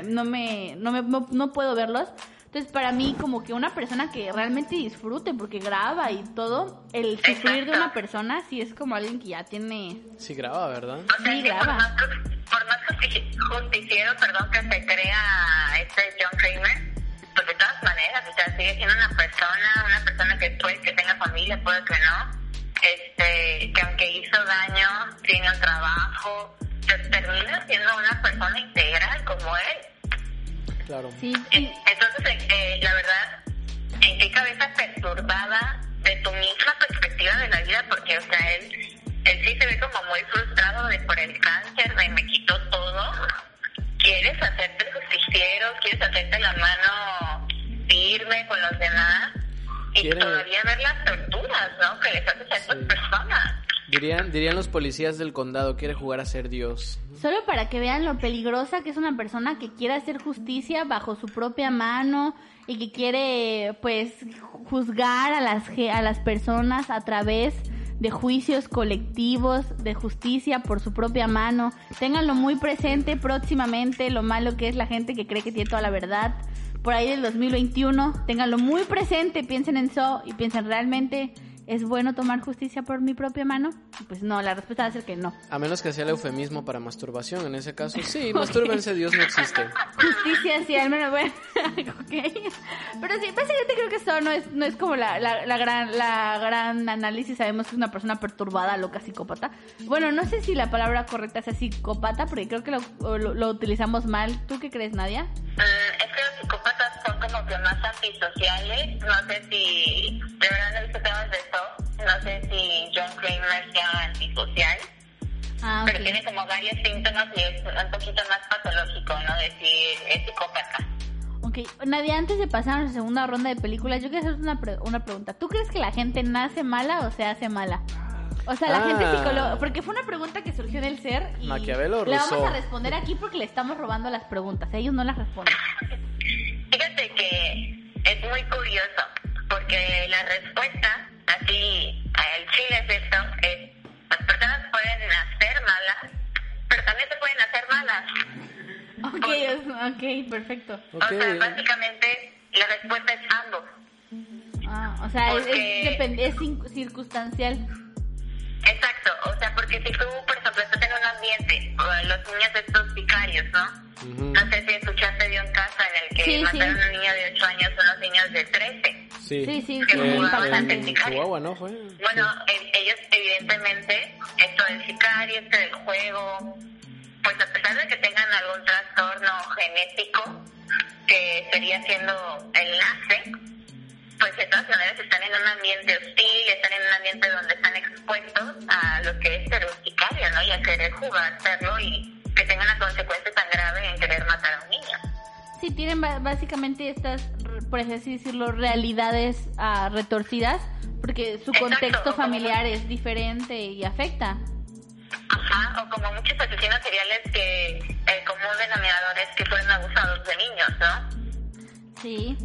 no puedo verlos. Entonces, para mí, como que una persona que realmente disfrute, porque graba y todo, el sufrir de una persona sí es como alguien que ya tiene... Sí graba, ¿verdad? O sea, sí graba. Por más justiciero, que se crea John Kramer, pues de todas maneras, o sea, sigue siendo una persona que puede que tenga familia, puede que no, que aunque hizo daño, tiene un trabajo, pues termina siendo una persona integral como él. Claro. Sí. Entonces, la verdad, ¿en qué cabeza perturbada de tu misma perspectiva de la vida? Porque, o sea, él sí se ve como muy frustrado por el cáncer, de me quitó todo. Quieres hacerte justiciero, quieres hacerte la mano firme con los demás y todavía ver las torturas, ¿no? Que les haces a estas personas. Dirían los policías del condado, quiere jugar a ser Dios. Solo para que vean lo peligrosa que es una persona que quiere hacer justicia bajo su propia mano y que quiere, pues, juzgar a las personas a través de juicios colectivos, de justicia por su propia mano. Ténganlo muy presente próximamente, lo malo que es la gente que cree que tiene toda la verdad. Por ahí del 2021, ténganlo muy presente, piensen en eso y piensen realmente ¿Es bueno tomar justicia por mi propia mano? Pues no, la respuesta va a ser que no. A menos que sea el eufemismo para masturbación. En ese caso, sí, mastúrbense, Dios no existe. Justicia, sí, al menos, bueno. Okay. Pero sí, básicamente creo que esto no es como la gran análisis. Sabemos que es una persona perturbada, loca, psicópata. Bueno, no sé si la palabra correcta sea psicópata, porque creo que lo utilizamos mal. ¿Tú qué crees, Nadia? Es que los psicópatas son como que más antisociales. No sé si... De verdad no he visto temas de eso. No sé si John Kramer sea antisocial. Okay. Pero tiene como varios síntomas y es un poquito más patológico, ¿no? Decir, es psicópata. Ok, Nadia, antes de pasar a la segunda ronda de películas, yo quiero hacerte una pregunta. ¿Tú crees que la gente nace mala o se hace mala? O sea, la gente psicóloga, porque fue una pregunta que surgió en el SER y Maquiavelo, le vamos a responder aquí porque le estamos robando las preguntas. Ellos no las responden. Fíjate que es muy curioso, porque la respuesta, así, al chile es esto, es, las personas pueden nacer malas, pero también se pueden hacer malas. Ok, perfecto. Okay. O sea, básicamente, la respuesta es ambos. O sea, es circunstancial. Exacto, o sea, porque si tú, por ejemplo, estás en un ambiente, los niños de estos sicarios, ¿no? Uh-huh. No sé si escuchaste de un caso en el que mataron a un niño de 8 años, unos niños de 13. Sí. Que jugaban ante el sicario. Chihuahua, ¿no? Fue. Bueno, ellos evidentemente, esto del sicario, del juego, pues a pesar de que tengan algún trastorno genético, que sería siendo el nace, pues de todas maneras están en un ambiente hostil, están en un ambiente donde están expuestos a lo que es ser un sicario, ¿no? Y a querer jugar, hacerlo y que tengan una consecuencia tan grave en querer matar a un niño. Sí, tienen básicamente estas, por así decirlo, realidades retorcidas, porque su contexto familiar es diferente y afecta. Ajá, o como muchos asesinos seriales que el común denominador es que fueron abusados de niños, ¿no? Sí.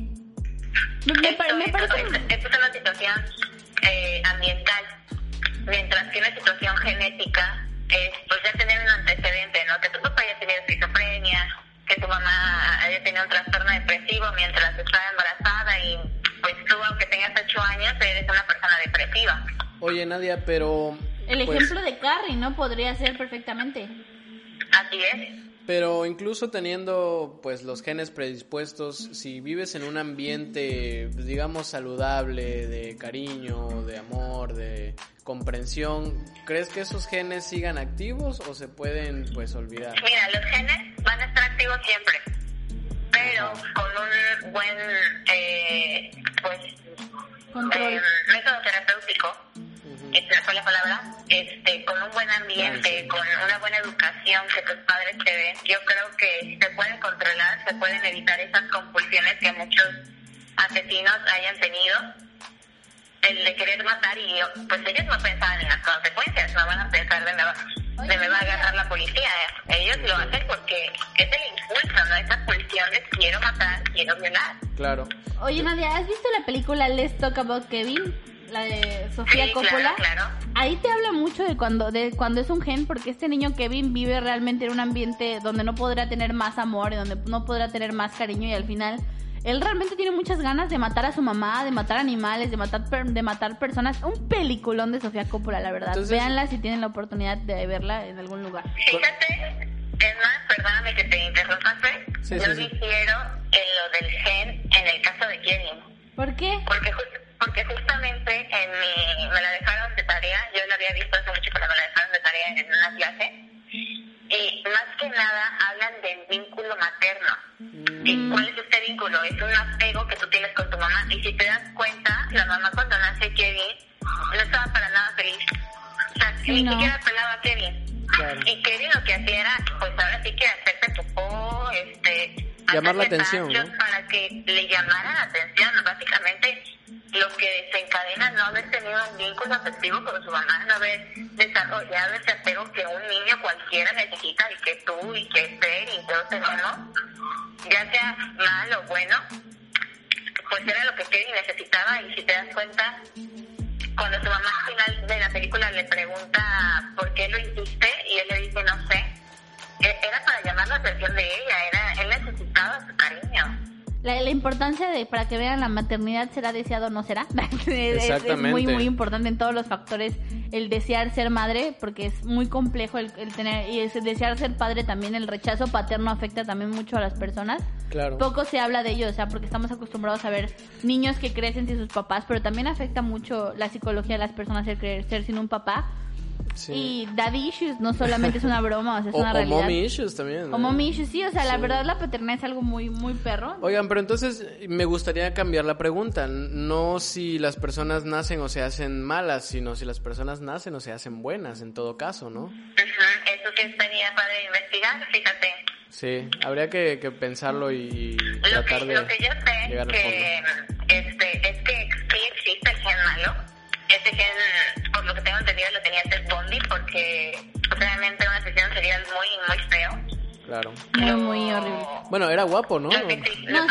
Esto es una situación ambiental, mientras que una situación genética es pues ya tener un antecedente, ¿no? Que tu papá haya tenido esquizofrenia, que tu mamá haya tenido un trastorno depresivo mientras estaba embarazada y pues tú, aunque tengas 8 años, eres una persona depresiva. Oye, Nadia, pero... El ejemplo de Carrie, ¿no? Podría ser perfectamente. Así es. Pero incluso teniendo pues los genes predispuestos, si vives en un ambiente, digamos, saludable, de cariño, de amor, de comprensión, ¿crees que esos genes sigan activos o se pueden pues olvidar? Mira, los genes van a estar activos siempre, pero con un buen método terapéutico. Esta fue la palabra, con un buen ambiente, con una buena educación que tus padres te den, yo creo que se pueden controlar, se pueden evitar esas compulsiones que muchos asesinos hayan tenido, el de querer matar y pues ellos no pensaban en las consecuencias, no van a pensar de me va a agarrar la policía, ellos lo hacen porque es el impulso, ¿no? Esas pulsiones, quiero matar, quiero violar. Claro. Oye, Nadia, ¿has visto la película Let's Talk About Kevin? La de Sofía Coppola. Claro. Ahí te habla mucho de cuando es un gen, porque este niño Kevin vive realmente en un ambiente donde no podrá tener más amor, donde no podrá tener más cariño, y al final él realmente tiene muchas ganas de matar a su mamá, de matar animales, de matar personas. Un peliculón de Sofía Coppola, la verdad. Entonces, véanla si tienen la oportunidad de verla en algún lugar. Fíjate, es más, perdóname que te interrumpa, yo difiero en lo del gen en el caso de Kevin. ¿Por qué? Porque justamente me la dejaron de tarea, yo la había visto hace mucho, pero me la dejaron de tarea en una clase, y más que nada hablan del vínculo materno. ¿Y cuál es este vínculo? Es un apego que tú tienes con tu mamá, y si te das cuenta, la mamá cuando nace Kevin no estaba para nada feliz, o sea, ni siquiera pelaba a Kevin. Claro. Y Kevin lo que hacía era, pues ahora sí que hacerte popó, llamar la atención, ¿no? Para que le llamaran la atención, básicamente lo que desencadena no haber tenido un vínculo afectivo con su mamá, no haber desarrollado ese apego que un niño cualquiera necesita, y que tú, y que Fer, y todos tenemos, ya sea mal o bueno, pues era lo que Kevin necesitaba. Y si te das cuenta, cuando su mamá al final de la película le pregunta por qué lo hiciste, y él le dice no sé, era para llamar la atención de ella, él necesitaba su cariño. La importancia de, para que vean, la maternidad será deseado o no será. Exactamente. Es muy, muy importante en todos los factores el desear ser madre, porque es muy complejo el tener, y es desear ser padre también. El rechazo paterno afecta también mucho a las personas. Claro. Poco se habla de ello, o sea, porque estamos acostumbrados a ver niños que crecen sin sus papás, pero también afecta mucho la psicología de las personas el crecer sin un papá. Sí. Y daddy issues no solamente es una broma, o sea, es una realidad. O mommy issues también, ¿no? O mommy issues, sí, o sea, la verdad la paternidad es algo muy, muy perro. Oigan, pero entonces me gustaría cambiar la pregunta. No si las personas nacen o se hacen malas, sino si las personas nacen o se hacen buenas, en todo caso, ¿no? Eso sí estaría padre investigar, fíjate. Sí, habría que pensarlo y tratar de lo que yo sé llegar al fondo. Es que sí existe el gen malo. Ese gen, por lo que tengo entendido, lo tenía Ted Bundy porque realmente una sesión sería muy, muy feo. Claro. Muy horrible. Bueno, era guapo, ¿no? Sí. Bueno,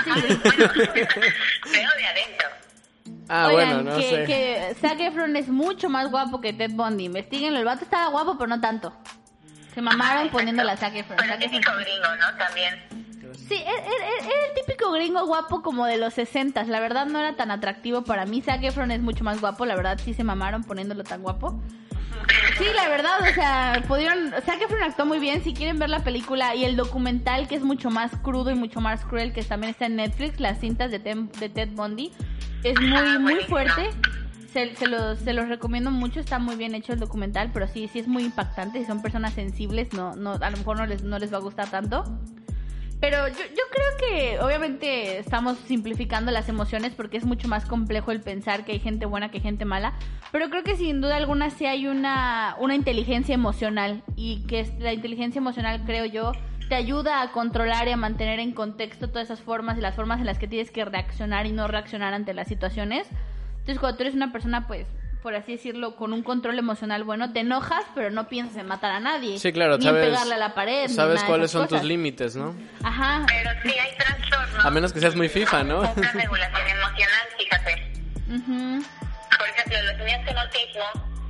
feo de adentro. Oigan, bueno, no sé. Que Zac Efron es mucho más guapo que Ted Bundy. Investíguenlo, el vato estaba guapo, pero no tanto. Se mamaron poniéndole a Zac Efron. Pero el típico gringo, ¿no? También. Sí, era el típico gringo guapo como de los 60s. La verdad no era tan atractivo para mí. Zac Efron es mucho más guapo. La verdad sí se mamaron poniéndolo tan guapo. Sí, la verdad, o sea, Zac Efron actuó muy bien. Si quieren ver la película y el documental, que es mucho más crudo y mucho más cruel, que también está en Netflix, las cintas de Ted Bundy, es muy fuerte. Se los recomiendo mucho. Está muy bien hecho el documental, pero sí es muy impactante. Si son personas sensibles, no a lo mejor no les va a gustar tanto. Pero yo creo que obviamente estamos simplificando las emociones porque es mucho más complejo el pensar que hay gente buena que gente mala. Pero creo que sin duda alguna sí hay una inteligencia emocional, y que la inteligencia emocional, creo yo, te ayuda a controlar y a mantener en contexto todas esas formas y las formas en las que tienes que reaccionar y no reaccionar ante las situaciones. Entonces, cuando tú eres una persona, pues, por así decirlo, con un control emocional bueno, te enojas, pero no piensas en matar a nadie. Sí, claro, ni en pegarle a la pared. Sabes cuáles son tus límites, ¿no? Ajá. Pero sí hay trastornos. A menos que seas muy FIFA, ¿no? Una regulación emocional, fíjate. Por ejemplo, los niños con autismo,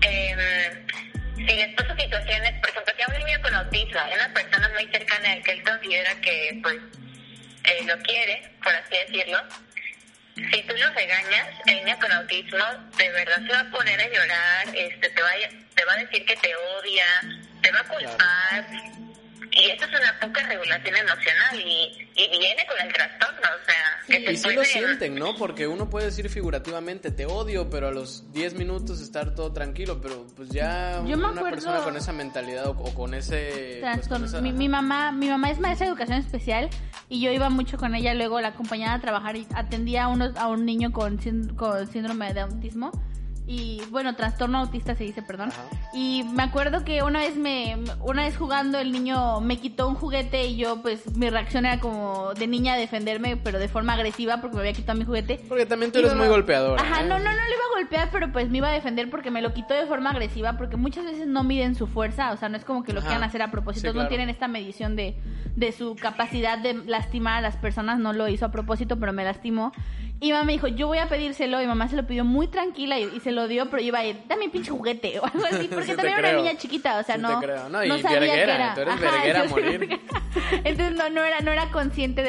si les pasa situaciones, por ejemplo, si a un niño con autismo, una persona muy cercana al que él considera que, pues, lo quiere, por así decirlo, si tú lo regañas, el niño con autismo de verdad se va a poner a llorar, te va a decir que te odia, te va a culpar. Claro. Y eso es una poca regulación emocional y viene con el trastorno, o sea... Sí, que y sí lo sienten, ¿no? Porque uno puede decir figurativamente, te odio, pero a los 10 minutos estar todo tranquilo, pero pues ya una persona con esa mentalidad o con ese... trastorno. Pues, mi mamá es maestra de educación especial y yo iba mucho con ella, luego la acompañaba a trabajar y atendía a un niño con síndrome de autismo. Y bueno, trastorno autista se dice, perdón. Ajá. Y me acuerdo que una vez jugando el niño me quitó un juguete y yo pues mi reacción era como de niña a defenderme, pero de forma agresiva porque me había quitado mi juguete. Porque también tú eres muy golpeadora. Ajá, no le iba a golpear, pero pues me iba a defender porque me lo quitó de forma agresiva, porque muchas veces no miden su fuerza, o sea, no es como que lo quieran hacer a propósito, sí, claro. No tienen esta medición de su capacidad de lastimar a las personas, no lo hizo a propósito, pero me lastimó. Y mamá me dijo, yo voy a pedírselo, y mamá se lo pidió muy tranquila y se lo dio, pero iba a ir, dame un pinche juguete o algo así, porque también era una niña chiquita, o sea, sí no y sabía verguera, que era. Tú eres verguera a morir. Entonces no era consciente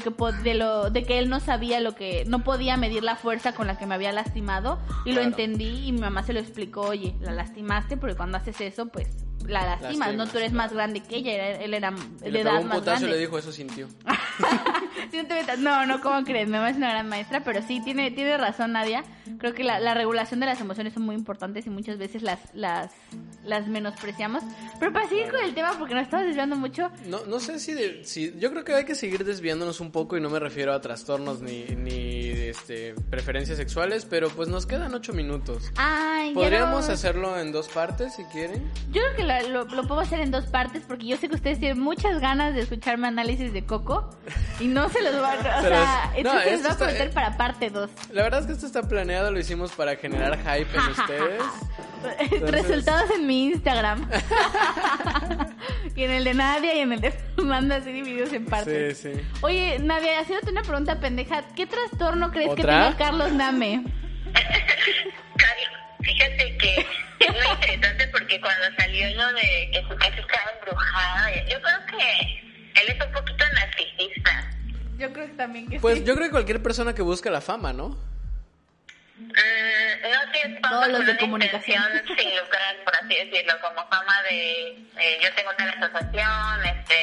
de que él no sabía no podía medir la fuerza con la que me había lastimado, y lo entendí, y mi mamá se lo explicó, oye, la lastimaste, porque cuando haces eso, pues la lastimas, no, tú eres más grande que ella, él era de edad más grande. Y le dijo, eso sintió. No, ¿cómo crees? Mi mamá es una gran maestra, pero sí, tiene razón Nadia. Creo que la regulación de las emociones son muy importantes y muchas veces las menospreciamos. Pero para seguir con el tema, porque nos estamos desviando mucho. No sé si yo creo que hay que seguir desviándonos un poco, y no me refiero a trastornos ni preferencias sexuales, pero pues nos quedan 8 minutos. Ay, ¿podríamos hacerlo en 2 partes si quieren? Yo creo que lo puedo hacer en 2 partes, porque yo sé que ustedes tienen muchas ganas de escucharme análisis de Coco y no se los va a... entonces va a meter para parte 2. La verdad es que esto está planeado, lo hicimos para generar hype en ustedes. Entonces... Resultados en mi Instagram. Y en el de Nadia y en el de Fernanda, así divididos en partes. Sí. Oye, Nadia, haciéndote una pregunta pendeja, ¿qué trastorno crees que tenga Carlos Name? Fíjate que es muy interesante porque cuando salió lo de que su casa estaba embrujada, yo creo que él es un poquito narcisista. Yo creo que también que pues sí. Yo creo que cualquier persona que busca la fama, ¿no? No, sí es fama todos los con de una comunicación intención sin lucrar, por así decirlo, como fama de yo tengo tal asociación,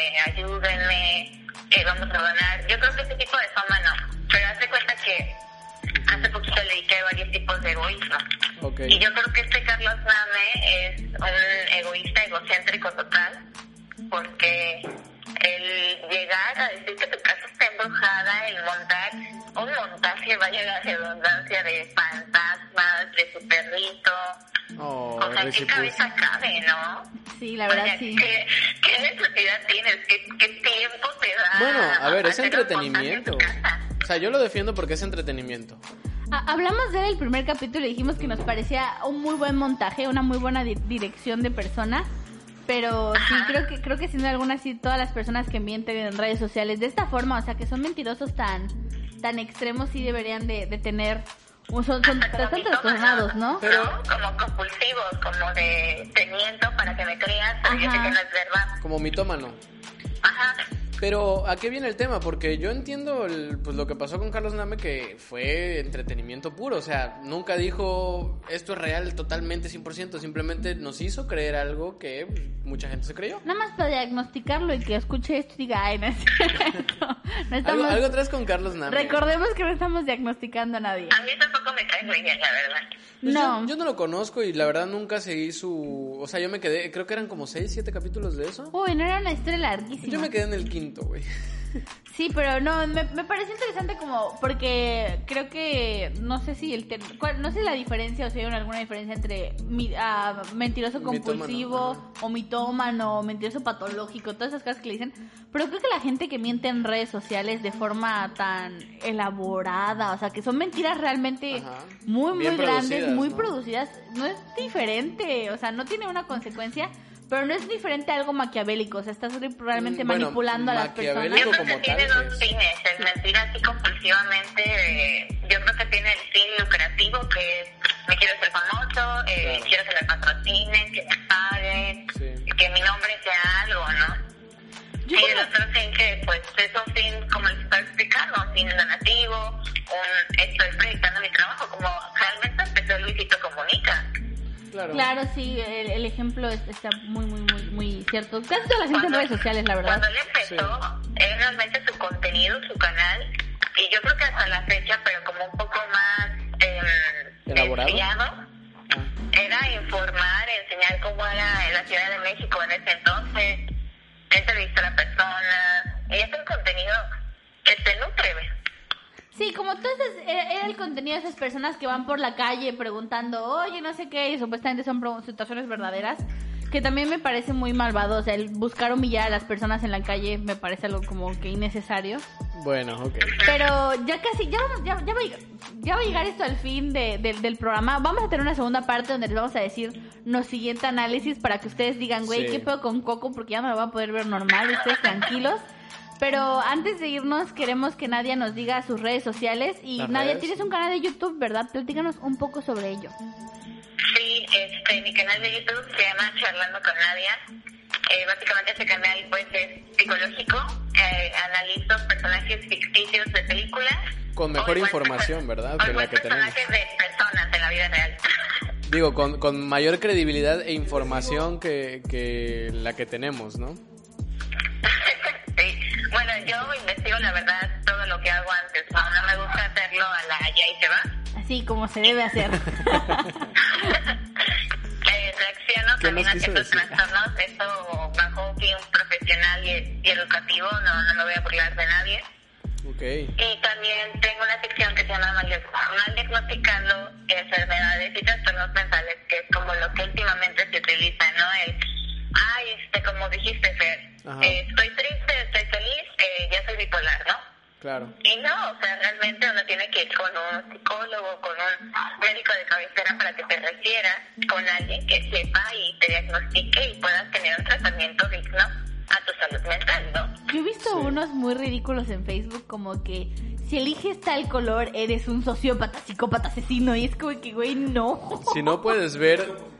ayúdenme, vamos a donar. Yo creo que ese tipo de fama no, pero haz de cuenta que hace poquito leí que hay varios tipos de egoísmo. Okay. Y yo creo que Carlos Name es un egoísta egocéntrico total, porque el llegar a decir que tu casa está embrujada, el montar un montaje, vaya la redundancia, de fantasmas, de su perrito, o sea, ¿qué cabeza cabe, no? Sí, la verdad, o sea, sí. ¿qué necesidad tienes? ¿Qué tiempo te da? Bueno, a ver, es entretenimiento. O sea, yo lo defiendo porque es entretenimiento. Hablamos de él el primer capítulo y dijimos que nos parecía un muy buen montaje, una muy buena dirección de persona. Pero sí, creo que sin duda alguna sí, todas las personas que mienten en redes sociales de esta forma, o sea, que son mentirosos tan extremos, sí deberían de tener, son bastante trastornados, ¿no? Pero como compulsivos, como de te miento para que me creas, pero yo sé que no es verdad. Como mitómano. Ajá. Pero, ¿a qué viene el tema? Porque yo entiendo pues lo que pasó con Carlos Name, que fue entretenimiento puro. O sea, nunca dijo esto es real totalmente 100%. Simplemente nos hizo creer algo que mucha gente se creyó. Nada más para diagnosticarlo y que escuche esto y diga, ay, no es cierto. No estamos... Algo traes con Carlos Name. Recordemos que no estamos diagnosticando a nadie. A mí tampoco me cae muy bien, la verdad. Pues no. Yo no lo conozco y la verdad nunca seguí su... O sea, yo me quedé... Creo que eran como 6, 7 capítulos de eso. Uy, no era una historia larguísima. Yo me quedé en el 5º, güey. Sí, pero no, me pareció interesante como... Porque creo que... No sé si no sé la diferencia o si hay alguna diferencia entre mentiroso compulsivo o mitómano o mentiroso patológico. Todas esas cosas que le dicen. Pero creo que la gente que miente en redes sociales de forma tan elaborada, o sea, que son mentiras realmente muy grandes, muy producidas, no es diferente, o sea, no tiene una consecuencia, pero no es diferente a algo maquiavélico, o sea, estás realmente manipulando a las personas. Yo creo que tiene dos fines, el mentir así compulsivamente, yo creo que tiene el fin lucrativo, que es, me quiero ser famoso, quiero que me patrocinen, que me paguen, que mi nombre sea algo, ¿no? Y el otro fin que, pues, es un fin, como les estaba explicando, un fin donativo, estoy proyectando mi trabajo, como realmente empezó Luisito Comunica. Claro, sí, el ejemplo está muy cierto. Casi toda la gente en redes sociales, la verdad. Cuando él empezó, realmente su contenido, su canal, y yo creo que hasta la fecha, pero como un poco más elaborado, era informar, enseñar cómo era en la Ciudad de México en ese entonces, entrevistar a la persona, y es un contenido que te nutre. Sí, como entonces era el contenido de esas personas que van por la calle preguntando, oye, no sé qué, y supuestamente son situaciones verdaderas, que también me parece muy malvado, o sea, el buscar humillar a las personas en la calle me parece algo como que innecesario. Bueno, ok. Pero ya casi, ya va a llegar esto al fin del programa. Vamos a tener una segunda parte donde les vamos a decir nuestro siguiente análisis para que ustedes digan, güey, ¿qué pedo con Coco? Porque ya no lo va a poder ver normal, ustedes tranquilos. Pero antes de irnos, queremos que Nadia nos diga sus redes sociales. Y Nadia, tienes un canal de YouTube, ¿verdad? Platícanos un poco sobre ello. Sí, mi canal de YouTube se llama Charlando con Nadia. Básicamente este canal pues es psicológico. Analizo personajes ficticios de películas. Con mejor información, ¿verdad? Que la que tenemos. Personajes de personas en la vida real. Digo, con mayor credibilidad e información que la que tenemos, ¿no? Sí, bueno, yo investigo la verdad todo lo que hago antes, no me gusta hacerlo a la ya y se va. Así como se debe hacer. Reacciono también a ciertos trastornos, esto bajo un fin profesional y educativo, no me voy a burlar de nadie. Okay. Y también tengo una sección que se llama Mal Diagnosticando Enfermedades y Trastornos Mentales, que es como lo que últimamente se utiliza, ¿no? Como dijiste, Fer, estoy triste, estoy feliz, ya soy bipolar, ¿no? Claro. Y no, o sea, realmente uno tiene que ir con un psicólogo, con un médico de cabecera para que te refiera con alguien que sepa y te diagnostique y puedas tener un tratamiento digno a tu salud mental, ¿no? Yo he visto unos muy ridículos en Facebook, como que si eliges tal color, eres un sociópata, psicópata, asesino. Y es como que, güey, no. Si no puedes ver...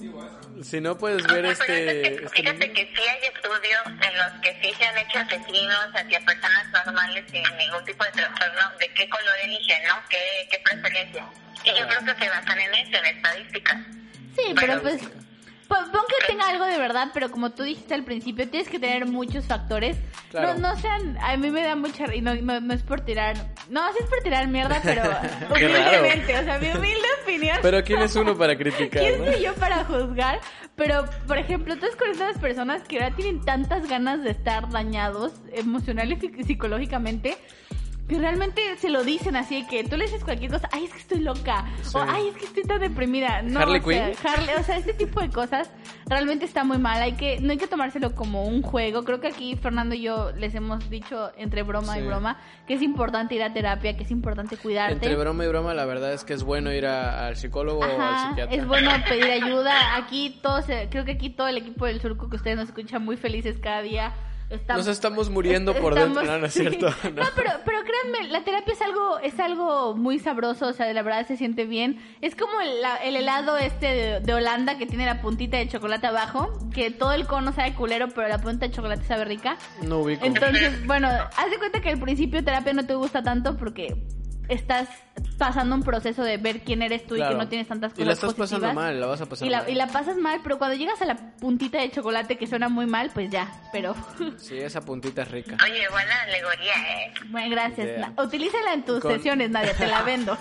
Fíjate que sí hay estudios en los que sí se han hecho asesinos hacia personas normales sin ningún tipo de trastorno, de qué color eligen, ¿no? ¿Qué preferencia? Y yo creo que se basan en eso, en estadísticas. Sí, pero pues... Pon que tenga algo de verdad, pero como tú dijiste al principio, tienes que tener muchos factores. Claro. No sean... A mí me da mucha... Y no es por tirar... No, sí es por tirar mierda, pero Qué humildemente. raro. O sea, mi humilde opinión. Pero ¿quién es uno para criticar? ¿Quién soy yo para juzgar? Pero, por ejemplo, tú con esas personas que ahora tienen tantas ganas de estar dañados emocional y psicológicamente... que realmente se lo dicen así, que tú le dices cualquier cosa, ay, es que estoy loca, sí. O ay, es que estoy tan deprimida. No, Harley Quinn. O sea, este tipo de cosas realmente está muy mal. No hay que tomárselo como un juego. Creo que aquí Fernando y yo les hemos dicho entre broma y broma que es importante ir a terapia, que es importante cuidarte. Entre broma y broma, la verdad es que es bueno ir al psicólogo o al psiquiatra. Es bueno pedir ayuda. Aquí creo que aquí todo el equipo del Surco que ustedes nos escuchan muy felices cada día. Nos estamos muriendo por dentro, no es cierto. No, pero créanme, la terapia es algo muy sabroso, o sea, de la verdad se siente bien. Es como el helado de Holanda que tiene la puntita de chocolate abajo, que todo el cono sabe culero, pero la punta de chocolate sabe rica. No ubico. Entonces, bueno, haz de cuenta que al principio terapia no te gusta tanto porque estás pasando un proceso de ver quién eres tú, claro, y que no tienes tantas cosas y la estás positivas. pasando mal, la vas a pasar mal. Y la pasas mal, pero cuando llegas a la puntita de chocolate que suena muy mal, pues ya, pero... Sí, esa puntita es rica. Oye, buena alegoría, Bueno, gracias. Utilízala en tus sesiones, Nadia, te la vendo.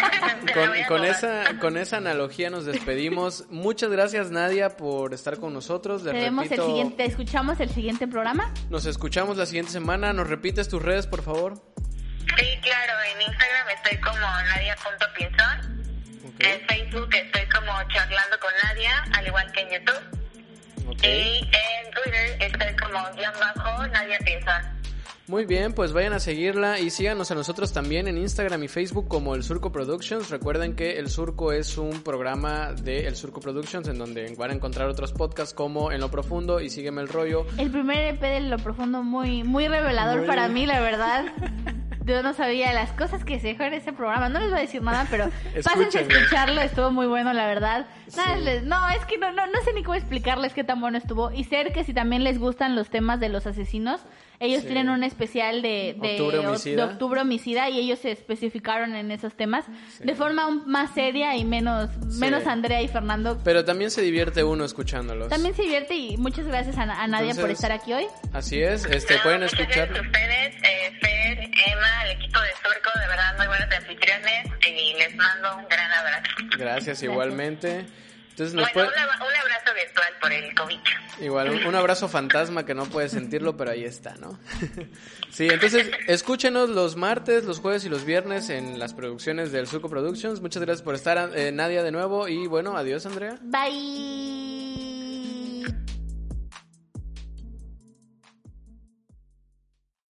Con esa analogía nos despedimos. Muchas gracias, Nadia, por estar con nosotros. ¿Te escuchamos el siguiente programa? Nos escuchamos la siguiente semana. ¿Nos repites tus redes, por favor? Sí, claro, en Instagram estoy como nadia.pinzón, en Facebook estoy como charlando con Nadia, al igual que en YouTube, y en Twitter estoy como _Nadia Pinzón. Muy bien, pues vayan a seguirla y síganos a nosotros también en Instagram y Facebook como El Surco Productions. Recuerden que El Surco es un programa de El Surco Productions en donde van a encontrar otros podcasts como En lo Profundo y Sígueme el Rollo. El primer EP de En lo Profundo muy revelador para mí, la verdad. Yo no sabía las cosas que se dejó en ese programa. No les voy a decir nada, pero pásense a escucharlo. Estuvo muy bueno, la verdad. Sí. No, es que no sé ni cómo explicarles qué tan bueno estuvo. Y ser que si también les gustan los temas de los asesinos, ellos tienen un especial de Octubre Homicida y ellos se especificaron en esos temas de forma más seria y menos Andrea y Fernando. Pero también se divierte uno escuchándolos. También se divierte y muchas gracias a Nadia por estar aquí hoy. Así es, pueden escuchar. Ustedes, Fer, Emma, el equipo de Surco, de verdad muy buenos anfitriones y les mando un gran abrazo. Gracias. Igualmente. Entonces un abrazo virtual por el COVID. Igual, un abrazo fantasma que no puedes sentirlo, pero ahí está, ¿no? Sí, entonces escúchenos los martes, los jueves y los viernes en las producciones del Surco Productions. Muchas gracias por estar, Nadia, de nuevo. Y bueno, adiós, Andrea. Bye.